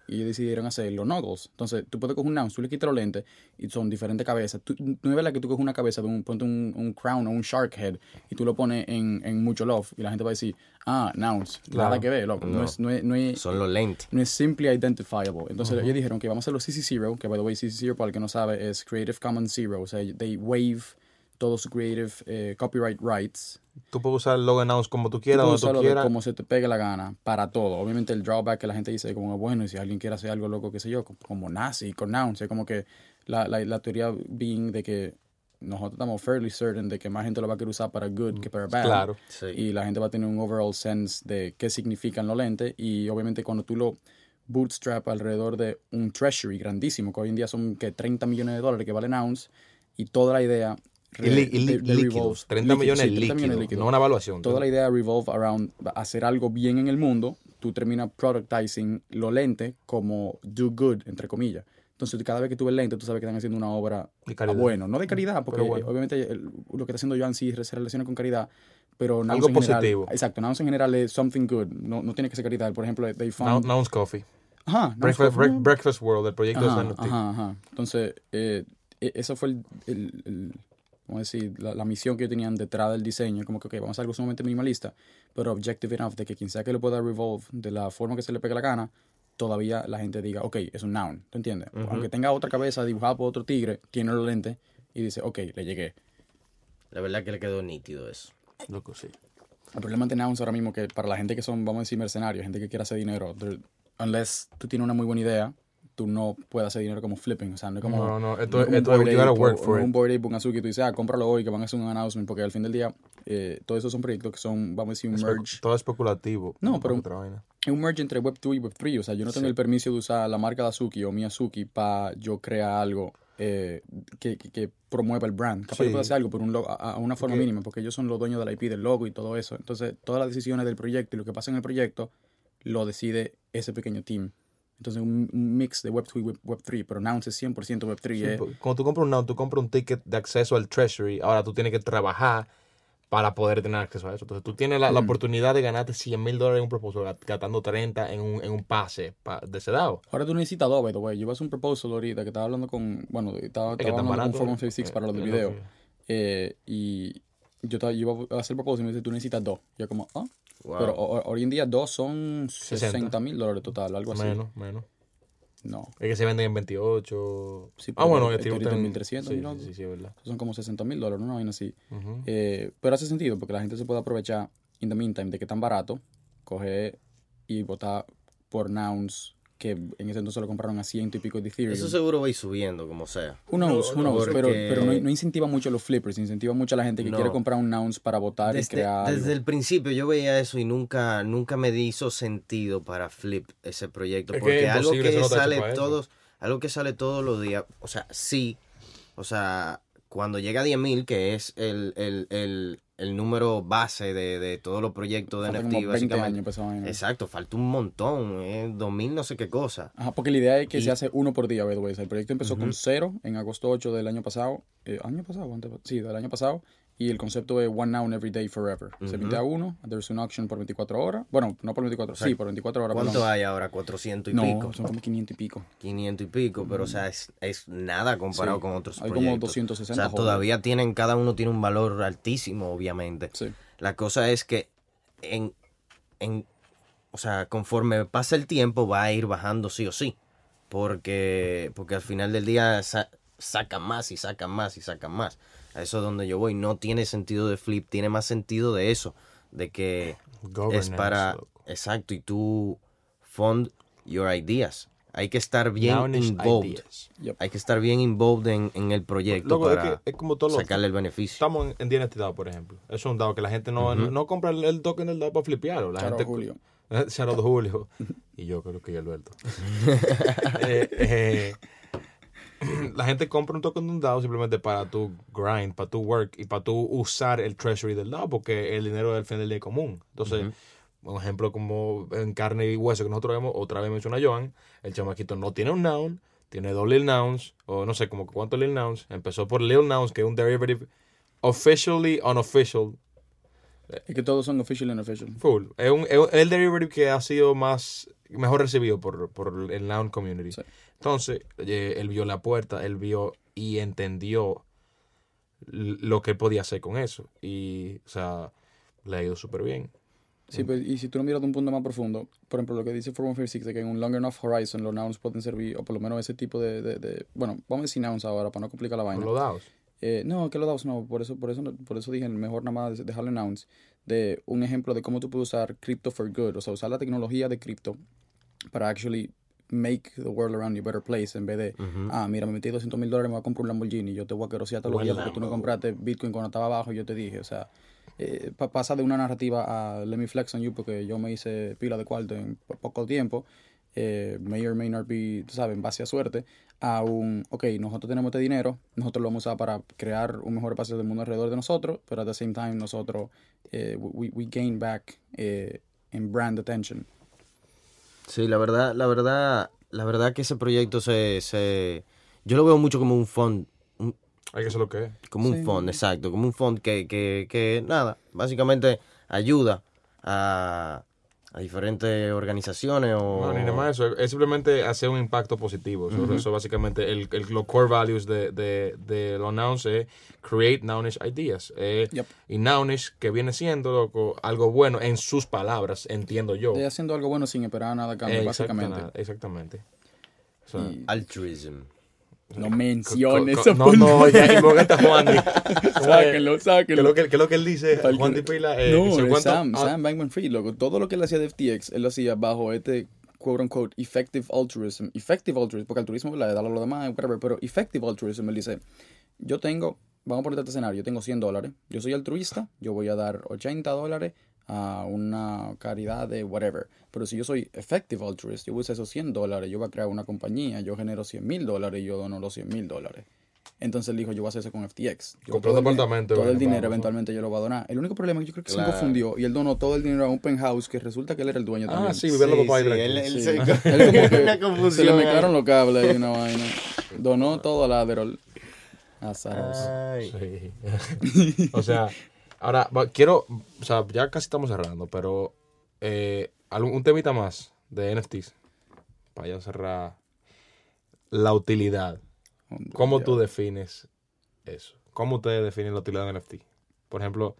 y ellos decidieron hacer los knuckles. Entonces, tú puedes coger un nouns, tú le quitas los lentes y son diferentes cabezas. Tú, no es verdad que tú coges una cabeza de un, ponte un, un crown o un shark head y tú lo pones en, en mucho love y la gente va a decir, ah, nouns, Claro. nada que ver, loco. No, No. es, no, es, no, es, Son los lentes. no es simply identifiable. Entonces, uh-huh. ellos dijeron que vamos a hacer los C C cero, que by the way, C C cero, para el que no sabe, es Creative Commons Zero. O sea, they waive todos sus creative eh, copyright rights. Tú puedes usar el logo announce como tú quieras, Tú donde puedes tú usarlo de quieras. como se te pegue la gana, para todo. Obviamente el drawback que la gente dice como, bueno, y si alguien quiere hacer algo loco, qué sé yo, como, como nazi, con nouns, es como que la, la, la teoría being de que nosotros estamos fairly certain de que más gente lo va a querer usar para good que para bad. Claro. Sí. Y la gente va a tener un overall sense de qué significan los lentes. Y obviamente cuando tú lo bootstrap alrededor de un treasury grandísimo, que hoy en día son que treinta millones de dólares que valen ounce, y toda la idea... Y, li- y li- de- de líquidos, revolve- treinta millones sí, treinta líquidos, millones líquidos. no una evaluación. Toda la idea revolve around hacer algo bien en el mundo. Tú terminas productizing los lentes como do good, entre comillas. Entonces, cada vez que tú ves lentes, tú sabes que están haciendo una obra De calidad. bueno. No de calidad, porque Pero bueno. obviamente el- lo que está haciendo Joan sí se relaciona con calidad, pero nouns Algo en general- positivo. exacto, nouns en general es something good. No, no tiene que ser calidad. Por ejemplo, they Now, found... Nouns Coffee. Ajá, nouns Breakfast, coffee. Break- Breakfast World, el proyecto de Ajá, San Agustín. ajá, ajá. Entonces, eh, e- eso fue el, el, el- vamos a decir, la, la misión que ellos tenían detrás del diseño. Como que, ok, vamos a hacer algo sumamente minimalista, pero objective enough de que quien sea que lo pueda revolve de la forma que se le pegue la gana, todavía la gente diga, ok, es un noun, ¿tú entiendes? Ujú. Aunque tenga otra cabeza dibujada por otro tigre, tiene los lentes y dice, ok, le llegué. La verdad que le quedó nítido eso. Loco, sí. El problema de nouns ahora mismo que para la gente que son, vamos a decir, mercenarios, gente que quiere hacer dinero, they're- unless tú tienes una muy buena idea, tú no puedes hacer dinero como flipping. O sea, no es como... No, no, esto, no es como esto un es, you gotta Bored work Ape o- for o it. un Bored Ape, un Azuki, y tú dices, ah, cómpralo hoy que van a hacer un announcement, porque al fin del día, eh, todos esos son proyectos que son, vamos a decir, un Espe- merge. Todo especulativo. No, pero- Otra vaina. Es un merge entre web dos y web tres. O sea, yo no tengo Sí. el permiso de usar la marca de Azuki o mi Azuki para yo crear algo eh, que, que, que promueva el brand. Capaz Sí. yo puedo hacer algo por un logo, a, a una forma Porque- mínima, porque ellos son los dueños del I P del logo y todo eso. Entonces, todas las decisiones del proyecto y lo que pasa en el proyecto lo decide ese pequeño team. Entonces, un, un mix de web dos y web, web tres, pero Nouns es cien por ciento web tres. Sí, eh. porque cuando tú compras un noun, tú compras un ticket de acceso al treasury. Ahora tú tienes que trabajar para poder tener acceso a eso. Entonces tú tienes la, la Mm. oportunidad de ganarte cien mil dólares en un proposal, gat- gastando treinta en un, en un pase pa- de ese dado. Ahora tú necesitas dos, by the way. Yo voy a hacer un proposal ahorita que estaba hablando con... Bueno, estaba, Es que estaba tan hablando con barato, cuatro uno eh. seis seis para lo del Eh, video. no, Eh, y yo, estaba, yo iba a hacer el proposal y me dice, tú necesitas dos. Yo como, ah. Wow. Pero o- o- hoy en día dos son sesenta. sesenta mil dólares total, algo así. Menos, menos. No, Es que se venden en veintiocho. Sí, ah, pero bueno, el Ethereum ahorita está en mil trescientos, Sí, ¿no? sí, sí, sí, es verdad. son como sesenta mil dólares, una vaina así. Ujú. Eh, pero hace sentido porque la gente se puede aprovechar, in the meantime, de que es tan barato, coger y votar por nouns que en ese entonces lo compraron a ciento y pico de Ethereum. Eso seguro va a ir subiendo, como sea. Who knows, who No, knows, pero, porque- pero no, no incentiva mucho a los flippers, incentiva mucho a la gente que No. quiere comprar un nouns para votar y Desde, crear desde algo. el principio yo veía eso y nunca, nunca me hizo sentido para flip ese proyecto. Es que Porque es algo imposible, que eso no está hecho sale para eso. todos, algo que sale todos los días, o sea, sí, o sea, cuando llega a diez mil, que es el, el, el, el número base de, de todos los proyectos de Falta N F T, como veinte básicamente. años para esa vaina. Exacto, falta un montón, eh, dos mil no sé qué cosa. Ajá, porque la idea es que Y- se hace uno por día, by the way. O sea, el proyecto empezó Ujú. con cero en agosto ocho del año pasado. Eh, ¿Año pasado? Antes- sí, del año pasado. Y el concepto es one noun every day forever. Se Ujú. mintea uno, there's an auction por veinticuatro horas. Bueno, no por veinticuatro, sea, sí, por veinticuatro horas. ¿Cuánto perdón. hay ahora? cuatrocientos y No, pico. son como quinientos y pico. quinientos y pico, pero o sea, es, es nada comparado Sí, con otros hay como proyectos. doscientos O sesenta sea, jóvenes. todavía tienen, cada uno tiene un valor altísimo, obviamente. Sí. La cosa es que en, en, o sea, conforme pasa el tiempo va a ir bajando sí o sí. Porque, porque al final del día sa- sacan más y sacan más y sacan más. A eso es donde yo voy. No tiene sentido de flip, tiene más sentido de eso. De que es Governance, para... loco. Exacto, y tú fund your ideas. Hay que estar bien Nownish involved. ideas. Yep. Hay que estar bien involved en, en el proyecto Loco, es, para que es como todos los... sacarle el beneficio. Estamos en, en D N T DAO, por ejemplo. Eso es un DAO que la gente no, no, no compra el, el token del DAO para flipearlo. La Shout out gente, Julio. Shout out Julio. Y yo creo que ya Alberto. eh, eh, la gente compra un token de un DAO simplemente para tu grind, para tu work y para tu usar el treasury del DAO, porque el dinero es el fin del día común. Entonces, Ujú. un ejemplo como en carne y hueso que nosotros vemos, otra vez menciona Joan, el chamaquito no tiene un noun, tiene dos lil nouns, o no sé, como cuántos lil nouns. Empezó por lil nouns, que es un derivative officially unofficial. Es que todos son official y unofficial. Full. Es, un, es un- es el derivative que ha sido más mejor recibido por, por el Noun community. Sí. Entonces, eh, él vio la puerta, él vio y entendió lo que podía hacer con eso. Y, o sea, le ha ido súper bien. Sí, pues, y si tú lo miras de un punto más profundo, por ejemplo, lo que dice cuatro uno cinco seis, de que en un long enough horizon los nouns pueden servir, o por lo menos ese tipo de, de, de bueno, vamos a decir nouns ahora para no complicar la vaina. ¿Los daos? Eh, no, que los daos no, por eso, por eso, por eso dije mejor nada más dejarle nouns, de un ejemplo de cómo tú puedes usar crypto for good, o sea, usar la tecnología de cripto para actually make the world around you a better place, en vez de, uh-huh. ah, mira, me metí doscientos mil dólares, me voy a comprar un Lamborghini, yo te voy a querosear todos los días porque tú no compraste Bitcoin cuando estaba abajo, y yo te dije, o sea, eh, pasa de una narrativa a let me flex on you porque yo me hice pila de cuarto en poco tiempo, eh, may or may not be, tú sabes, en base a suerte, a un, ok, nosotros tenemos este dinero, nosotros lo vamos a usar para crear un mejor espacio del mundo alrededor de nosotros, pero at the same time nosotros, eh, we, we gain back eh, en brand attention. Sí, la verdad, la verdad, la verdad que ese proyecto se, se yo lo veo mucho como un fund. Un, Hay que saber lo que es. Como sí. un fund, exacto, como un fund que, que, que nada, básicamente ayuda a, a diferentes organizaciones o... No, ni nada más eso, es simplemente hacer un impacto positivo. Uh-huh. Eso, eso básicamente, el, el, los core values de, de, de los nouns es create nounish ideas. Eh, yep. Y nounish, que viene siendo, loco, algo bueno en sus palabras, entiendo yo. De haciendo algo bueno sin esperar nada a cambio, eh, básicamente. Exactamente. exactamente. O sea, y altruism. No menciones eso. No, no, ya invocate Juan Di. Sáquenlo, sáquenlo. ¿Qué es lo que él dice? Juan Di Pila. Eh, no, se Sam, ah. Sam Bankman-Fried, loco. Todo lo que él hacía de F T X, él lo hacía bajo este quote unquote effective altruism. Effective altruism, porque altruismo le da lo demás, whatever, pero effective altruism, él dice, yo tengo, vamos a poner este escenario, yo tengo cien dólares, yo soy altruista, yo voy a dar ochenta dólares a una caridad de whatever. Pero si yo soy effective altruist, yo voy a usar esos cien dólares, yo voy a crear una compañía, yo genero cien mil dólares y yo dono los cien mil dólares. Entonces él dijo, yo voy a hacer eso con F T X. Compró un departamento. Todo el dinero eventualmente yo lo voy a donar. El único problema es que yo creo que claro. se confundió y él donó todo el dinero a un penthouse que resulta que él era el dueño también. Ah, sí, vivía los papás. Sí, él, él sí. se, él como que una confusión, se le mezclaron los cables y una vaina. Donó todo al Adderall. Azaroso. Sí. O sea... Ahora, quiero, o sea, ya casi estamos cerrando, pero eh, un temita más de N F Ts para ya cerrar. La utilidad. ¿Cómo tú defines eso? ¿Cómo ustedes definen la utilidad de N F T? Por ejemplo,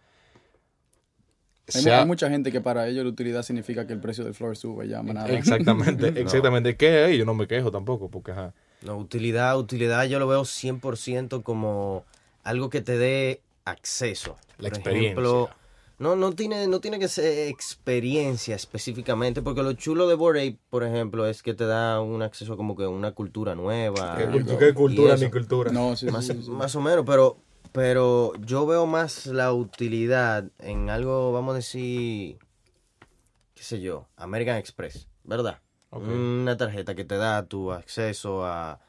hay, sea, hay mucha gente que para ellos la utilidad significa que el precio del floor sube ya, manada. Exactamente, exactamente. No. ¿Qué es? Yo no me quejo tampoco, porque ajá. No, utilidad, utilidad yo lo veo cien por ciento como algo que te dé acceso. La por experiencia. Ejemplo, no, no, tiene, no tiene que ser experiencia específicamente, porque lo chulo de Bored Ape, por ejemplo, es que te da un acceso como que a una cultura nueva. ¿Qué, ¿qué cultura ni cultura? No, sí, más, sí, sí. más o menos, pero, pero yo veo más la utilidad en algo, vamos a decir, qué sé yo, American Express, ¿verdad? Okay. Una tarjeta que te da tu acceso a...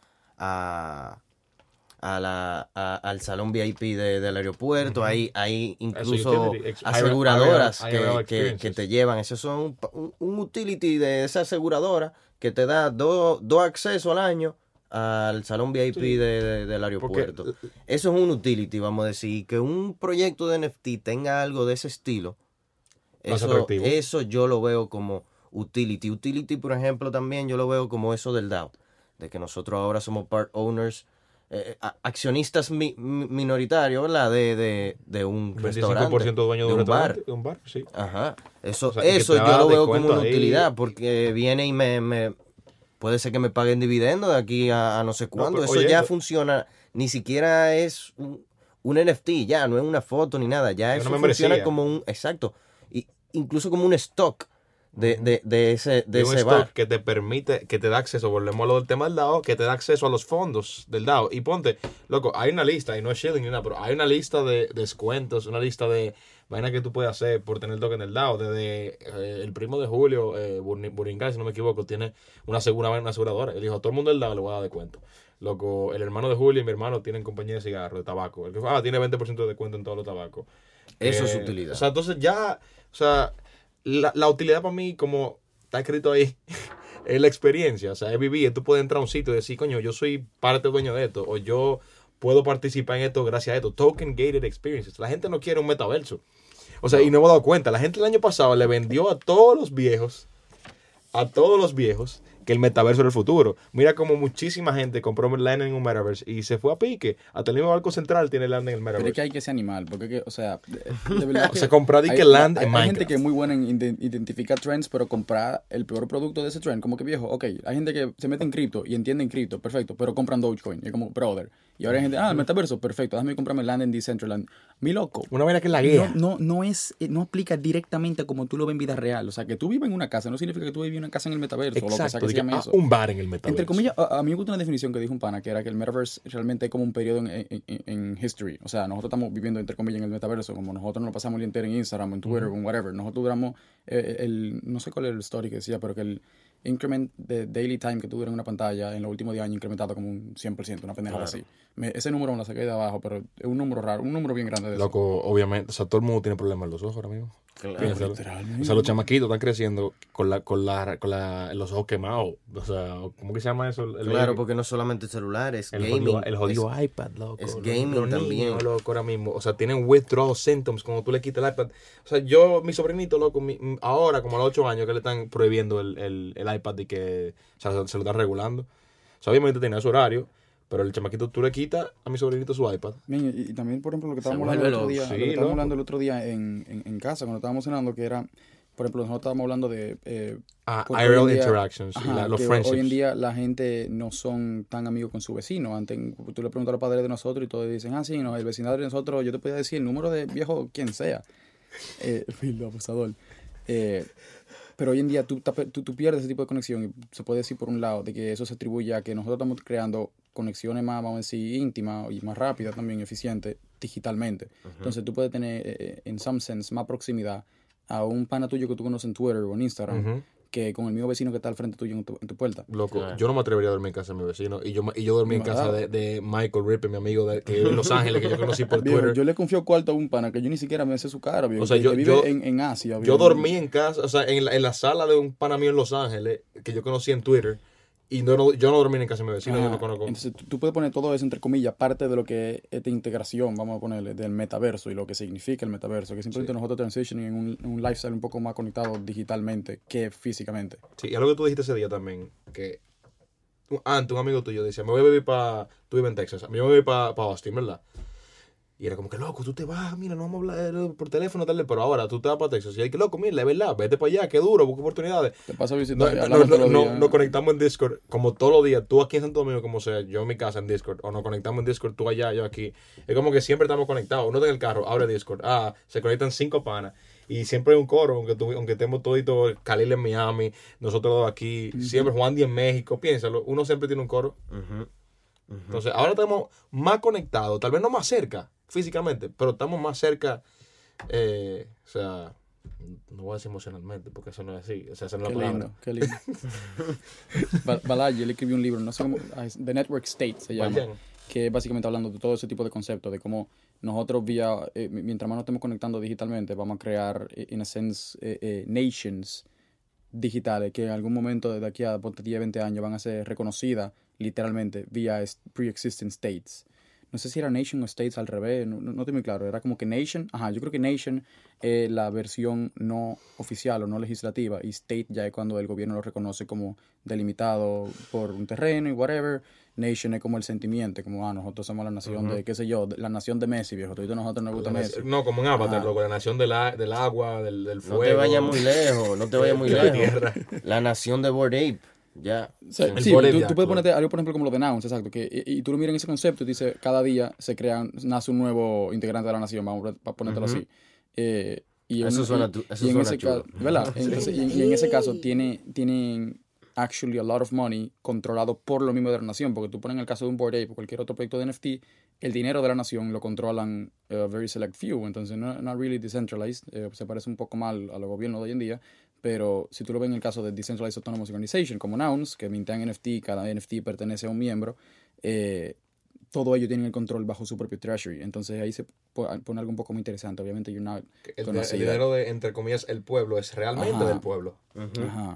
a A la, a, al salón V I P de, del aeropuerto, uh-huh. hay, hay incluso aseguradoras que, que, que te llevan, esos son un, un utility de esa aseguradora que te da dos do accesos al año al salón V I P sí. de, de, del aeropuerto. Porque, eso es un utility, vamos a decir, que un proyecto de N F T tenga algo de ese estilo, eso, eso yo lo veo como utility. Utility, por ejemplo, también yo lo veo como eso del DAO, de que nosotros ahora somos part owners, Eh, accionistas mi, minoritarios, ¿verdad? De, de, de un restaurante, por ciento dueño de, de un, un bar. De un bar sí. Ajá. Eso, o sea, eso yo lo veo como una ahí. utilidad, porque viene y me, me puede ser que me paguen dividendos de aquí a, a no sé cuándo. No, pero, eso oye, ya eso. funciona, ni siquiera es un, un N F T, ya no es una foto ni nada, ya eso funciona como un, exacto, y incluso como un stock. De, de, de ese, de de un ese stock bar. que te permite, que te da acceso, volvemos a lo del tema del DAO, que te da acceso a los fondos del DAO. Y ponte, loco, hay una lista, y no es shilling ni nada, pero hay una lista de descuentos, una lista de vainas que tú puedes hacer por tener token del DAO. Desde eh, el primo de Julio, eh, Buringay, si no me equivoco, tiene una, segura, una aseguradora. Él dijo, a todo el mundo del DAO le voy a dar descuento. Loco, el hermano de Julio y mi hermano tienen compañía de cigarros, de tabaco. El que ah, tiene veinte por ciento de descuento en todos los tabacos. Eso eh, es utilidad. O sea, entonces ya, o sea... La, la utilidad para mí, como está escrito ahí, es la experiencia. O sea, es vivir. Tú puedes entrar a un sitio y decir, coño, yo soy parte dueño de esto. O yo puedo participar en esto gracias a esto. Token gated experiences. La gente no quiere un metaverso. O sea, y no me he dado cuenta. La gente el año pasado le vendió a todos los viejos a todos los viejos que el metaverso era el futuro. Mira como muchísima gente compró land en un metaverse y se fue a pique. Hasta el mismo Banco Central tiene land en el metaverse. Pero es que hay que ser animal, porque, que, o sea, de, de verdad o sea, comprar y que land hay, en hay Minecraft. gente que es muy buena en identificar trends, pero comprar el peor producto de ese trend, como que viejo, ok, hay gente que se mete en cripto y entiende en cripto, perfecto, pero compran Dogecoin, y es como, brother. Y ahora hay gente, ah, el metaverso, perfecto, déjame comprarme land en Decentraland. Mi loco. Una vaina que es la guía. No, no, no es, no aplica directamente como tú lo ves en vida real. O sea, que tú vives en una casa no significa que tú vives en una casa en el metaverso. Exacto, o lo que sea que se llame ah, eso. Un bar en el metaverso. Entre comillas, a, a mí me gusta una definición que dijo un pana, que era que el metaverse realmente es como un periodo en, en, en, en history. O sea, nosotros estamos viviendo, entre comillas, en el metaverso, como nosotros nos lo pasamos el día entero en Instagram, en Twitter, uh-huh. en whatever. Nosotros duramos, eh, el, no sé cuál es el story que decía, pero que el increment de daily time que tú duras en una pantalla en los últimos diez años incrementado como un cien por ciento, una pendejada claro. así. Me, ese número me lo saqué de abajo, pero es un número raro, un número bien grande de Loco, eso. Obviamente, o sea, todo el mundo tiene problemas en los ojos ahora mismo. Claro, o sea, los chamaquitos están creciendo con la con la con la los ojos quemados. O sea, ¿cómo que se llama eso? El, claro, porque no solamente celular, es el gaming. Jodido, el jodido es, iPad, loco. Es gaming los, los también. Niños, loco, ahora mismo. O sea, tienen withdrawal symptoms cuando tú le quitas el iPad. O sea, yo, mi sobrinito, loco, mi, ahora, como a los ocho años, que le están prohibiendo el, el, el iPad y que o sea, se, se lo están regulando. O sea, obviamente tenía su horario. Pero el chamaquito, tú le quitas a mi sobrinito su iPad. Bien, y, y también, por ejemplo, lo que estábamos hablando el otro día, sí, lo que estábamos hablando el otro día en, en, en casa, cuando estábamos cenando, que era, por ejemplo, nosotros estábamos hablando de... Eh, ah, I R L interactions, ajá, la, los que friendships. Hoy en día la gente no son tan amigos con su vecino. Antes, tú le preguntas a los padres de nosotros y todos dicen, ah, sí, no, el vecindario de nosotros, yo te podía decir el número de viejo, quien sea. Eh, el abusador. Eh... Pero hoy en día tú, tú, tú pierdes ese tipo de conexión y se puede decir por un lado de que eso se atribuye a que nosotros estamos creando conexiones más, vamos a decir, íntimas y más rápidas también, eficientes, digitalmente. Uh-huh. Entonces tú puedes tener, eh, en some sense, más proximidad a un pana tuyo que tú conoces en Twitter o en Instagram uh-huh. que con el mismo vecino que está al frente tuyo en tu, en tu puerta. Loco, claro. Yo no me atrevería a dormir en casa de mi vecino. Y yo, y yo dormí en casa de, de Michael Ripper, mi amigo de, que vive en Los Ángeles, que yo conocí por Viejo, Twitter. Yo le confío cuarto a un pana que yo ni siquiera me sé su cara, viejo, o sea, que, yo, que vive yo, en, en Asia. Yo viejo. dormí en casa, o sea, en la, en la sala de un pana mío en Los Ángeles, que yo conocí en Twitter. Y no, no, yo no dormí en casa de mi vecino, ah, yo no conozco. Entonces tú, tú puedes poner todo eso, entre comillas, parte de lo que es esta integración, vamos a ponerle, del metaverso y lo que significa el metaverso, que simplemente sí. nosotros transitioning en un, en un lifestyle un poco más conectado digitalmente que físicamente. Sí, y algo que tú dijiste ese día también, que antes un amigo tuyo decía, me voy a vivir para, tú vives en Texas, me voy a vivir para pa Austin, ¿verdad? Y era como que, loco, tú te vas, mira, no vamos a hablar por teléfono, tal, pero ahora tú te vas para Texas. Y hay que, loco, mira, es verdad, vete para allá, qué duro, busca oportunidades. Te paso a visitar. No, no, no, no, nos conectamos en Discord, como todos los días, tú aquí en Santo Domingo, como sea, yo en mi casa en Discord, o nos conectamos en Discord, tú allá, yo aquí. Es como que siempre estamos conectados. Uno está en el carro, abre Discord, ah, se conectan cinco panas. Y siempre hay un coro, aunque, tu, aunque estemos toditos, Khalil en Miami, nosotros dos aquí, uh-huh. siempre Juan Díaz en México, piénsalo, uno siempre tiene un coro. Uh-huh. Uh-huh. Entonces, ahora estamos más conectados, tal vez no más cerca físicamente, pero estamos más cerca, eh, o sea, no voy a decir emocionalmente, porque eso no es así, o sea, esa no es la palabra. Qué lindo, qué lindo. Balaji, él escribió un libro, no sé cómo, The Network State se llama, Vayan. que es básicamente hablando de todo ese tipo de conceptos, de cómo nosotros vía, eh, mientras más nos estemos conectando digitalmente, vamos a crear, in a sense, eh, eh, nations digitales que en algún momento de aquí a diez, veinte años van a ser reconocidas literalmente vía pre-existing states. No sé si era nation o states al revés, no, no, no estoy muy claro. Era como que nation, ajá, yo creo que nation es la versión no oficial o no legislativa y state ya es cuando el gobierno lo reconoce como delimitado por un terreno y whatever. Nation es como el sentimiento, como, ah, nosotros somos la nación uh-huh. de, qué sé yo, la nación de Messi, viejo. Todos nosotros nos gusta la, Messi. No, como en Avatar, loco, la nación del, del agua, del, del fuego. No te vayas muy lejos, no te vayas muy lejos. La nación de Bored Ape. Ya. O sea, sí, tú, tú puedes ponerte algo, por ejemplo, como lo de Nouns, exacto. Que, y, y tú lo miras en ese concepto y dices, cada día se crean, nace un nuevo integrante de la nación, vamos a ponértelo uh-huh. así. Eh, y eso en, suena, y, eso y en suena ese chulo. caso, ¿verdad? Entonces, y, y en ese caso tiene, tienen actually a lot of money controlado por lo mismo de la nación, porque tú pones en el caso de un Bored Ape o cualquier otro proyecto de N F T, el dinero de la nación lo controlan a uh, very select few, entonces no not really decentralized, eh, se parece un poco mal a los gobiernos de hoy en día, pero si tú lo ves en el caso de Decentralized Autonomous Organization como Nouns, que mintan N F T, cada N F T pertenece a un miembro, eh, todo ello tienen el control bajo su propio treasury, entonces ahí se pone algo un poco muy interesante, obviamente you're not el, el dinero de, entre comillas, el pueblo es realmente uh-huh. del pueblo. Uh-huh. Ajá.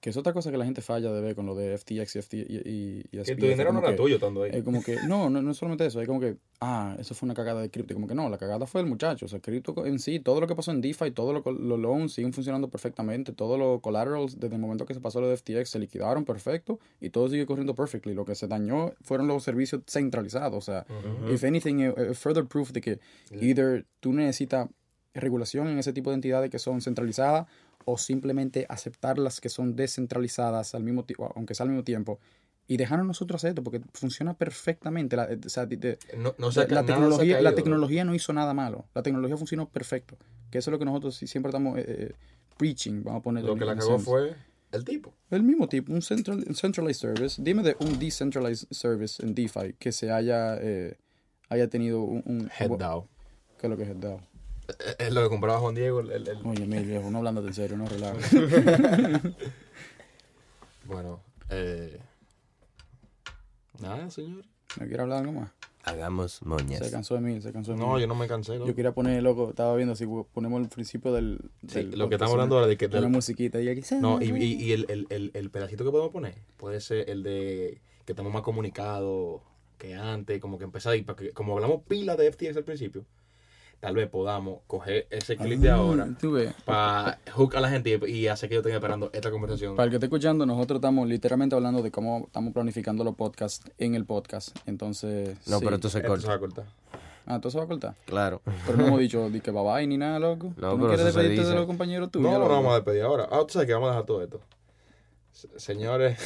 Que es otra cosa que la gente falla de ver con lo de F T X y, F T, y, y, y que tu dinero no era tuyo estando ahí. Es como que, no, no, no es solamente eso, es como que, ah, eso fue una cagada de cripto. Como que no, la cagada fue el muchacho. O sea, cripto en sí, todo lo que pasó en DeFi, todos los lo loans siguen funcionando perfectamente, todos los collaterals, desde el momento que se pasó lo de F T X, se liquidaron perfecto y todo sigue corriendo perfectly. Lo que se dañó fueron los servicios centralizados. O sea, uh-huh. if anything, a, a further proof de que yeah. either tú necesitas regulación en ese tipo de entidades que son centralizadas o simplemente aceptar las que son descentralizadas al mismo tiempo, aunque sea al mismo tiempo, y dejarnos nosotros hacer esto, porque funciona perfectamente. La, o sea, de, de, no, no se, la, tecnología, caído, la tecnología no hizo nada malo. La tecnología funcionó perfecto. Que eso es lo que nosotros siempre estamos eh, preaching, vamos a poner. Lo que la cagó fue el tipo. El mismo tipo, un, central, un centralized service. Dime de un decentralized service en DeFi que se haya, eh, haya tenido un... un HeadDAO. ¿Qué es lo que es HeadDAO? Es lo que compraba Juan Diego. El, el... Oye, mi viejo, no hablando en serio, no relajo. Bueno, eh... nada, señor. ¿No quiere hablar algo más? Hagamos moñas. Se cansó de mí, se cansó de mí. No, yo no me cansé. Loco. Yo quería poner, loco, estaba viendo si ponemos el principio del... del sí, lo que estamos hablando ahora de que... Una del... musiquita y aquí... No, y, y, y el, el, el, el pedacito que podemos poner puede ser el de que estamos más comunicados que antes, como que empezar ahí, para que, como hablamos pila de F T X al principio, tal vez podamos coger ese clip ah, de ahora para hook a la gente y, y hacer que yo tenga esperando esta conversación. Para el que esté escuchando, nosotros estamos literalmente hablando de cómo estamos planificando los podcasts en el podcast. Entonces, no, sí. pero esto se corta. Esto se va a cortar. Ah, ¿todo se va a cortar? Claro. Pero no hemos dicho de que bye bye ni nada, loco. No, ¿Tú no quieres despedirte dice. de los compañeros tuyos? No, no, no vamos a despedir ahora. Ah, tú sabes que vamos a dejar todo esto. Señores,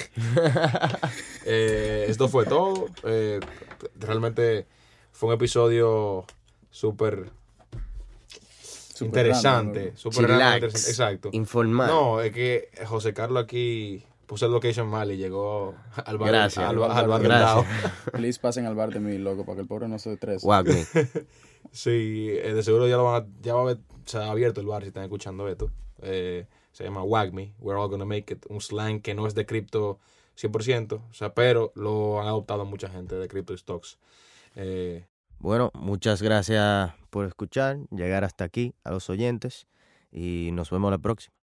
eh, esto fue todo. Eh, realmente fue un episodio súper interesante. Súper interesante. Exacto. Informal. No, es que José Carlos aquí puso el location mal y llegó al bar, Gracias. al, al, al bar del lado. Please pasen al bar de mí, loco, para que el pobre no se estrese. Wagme. Sí, eh, de seguro ya lo van a, ya va a haber, se ha abierto el bar si están escuchando esto. Eh, se llama Wagme, We're All Gonna Make It, un slang que no es de cripto cien por ciento, o sea, pero lo han adoptado mucha gente de Crypto Stocks. Eh, bueno, muchas gracias por escuchar, llegar hasta aquí a los oyentes y nos vemos la próxima.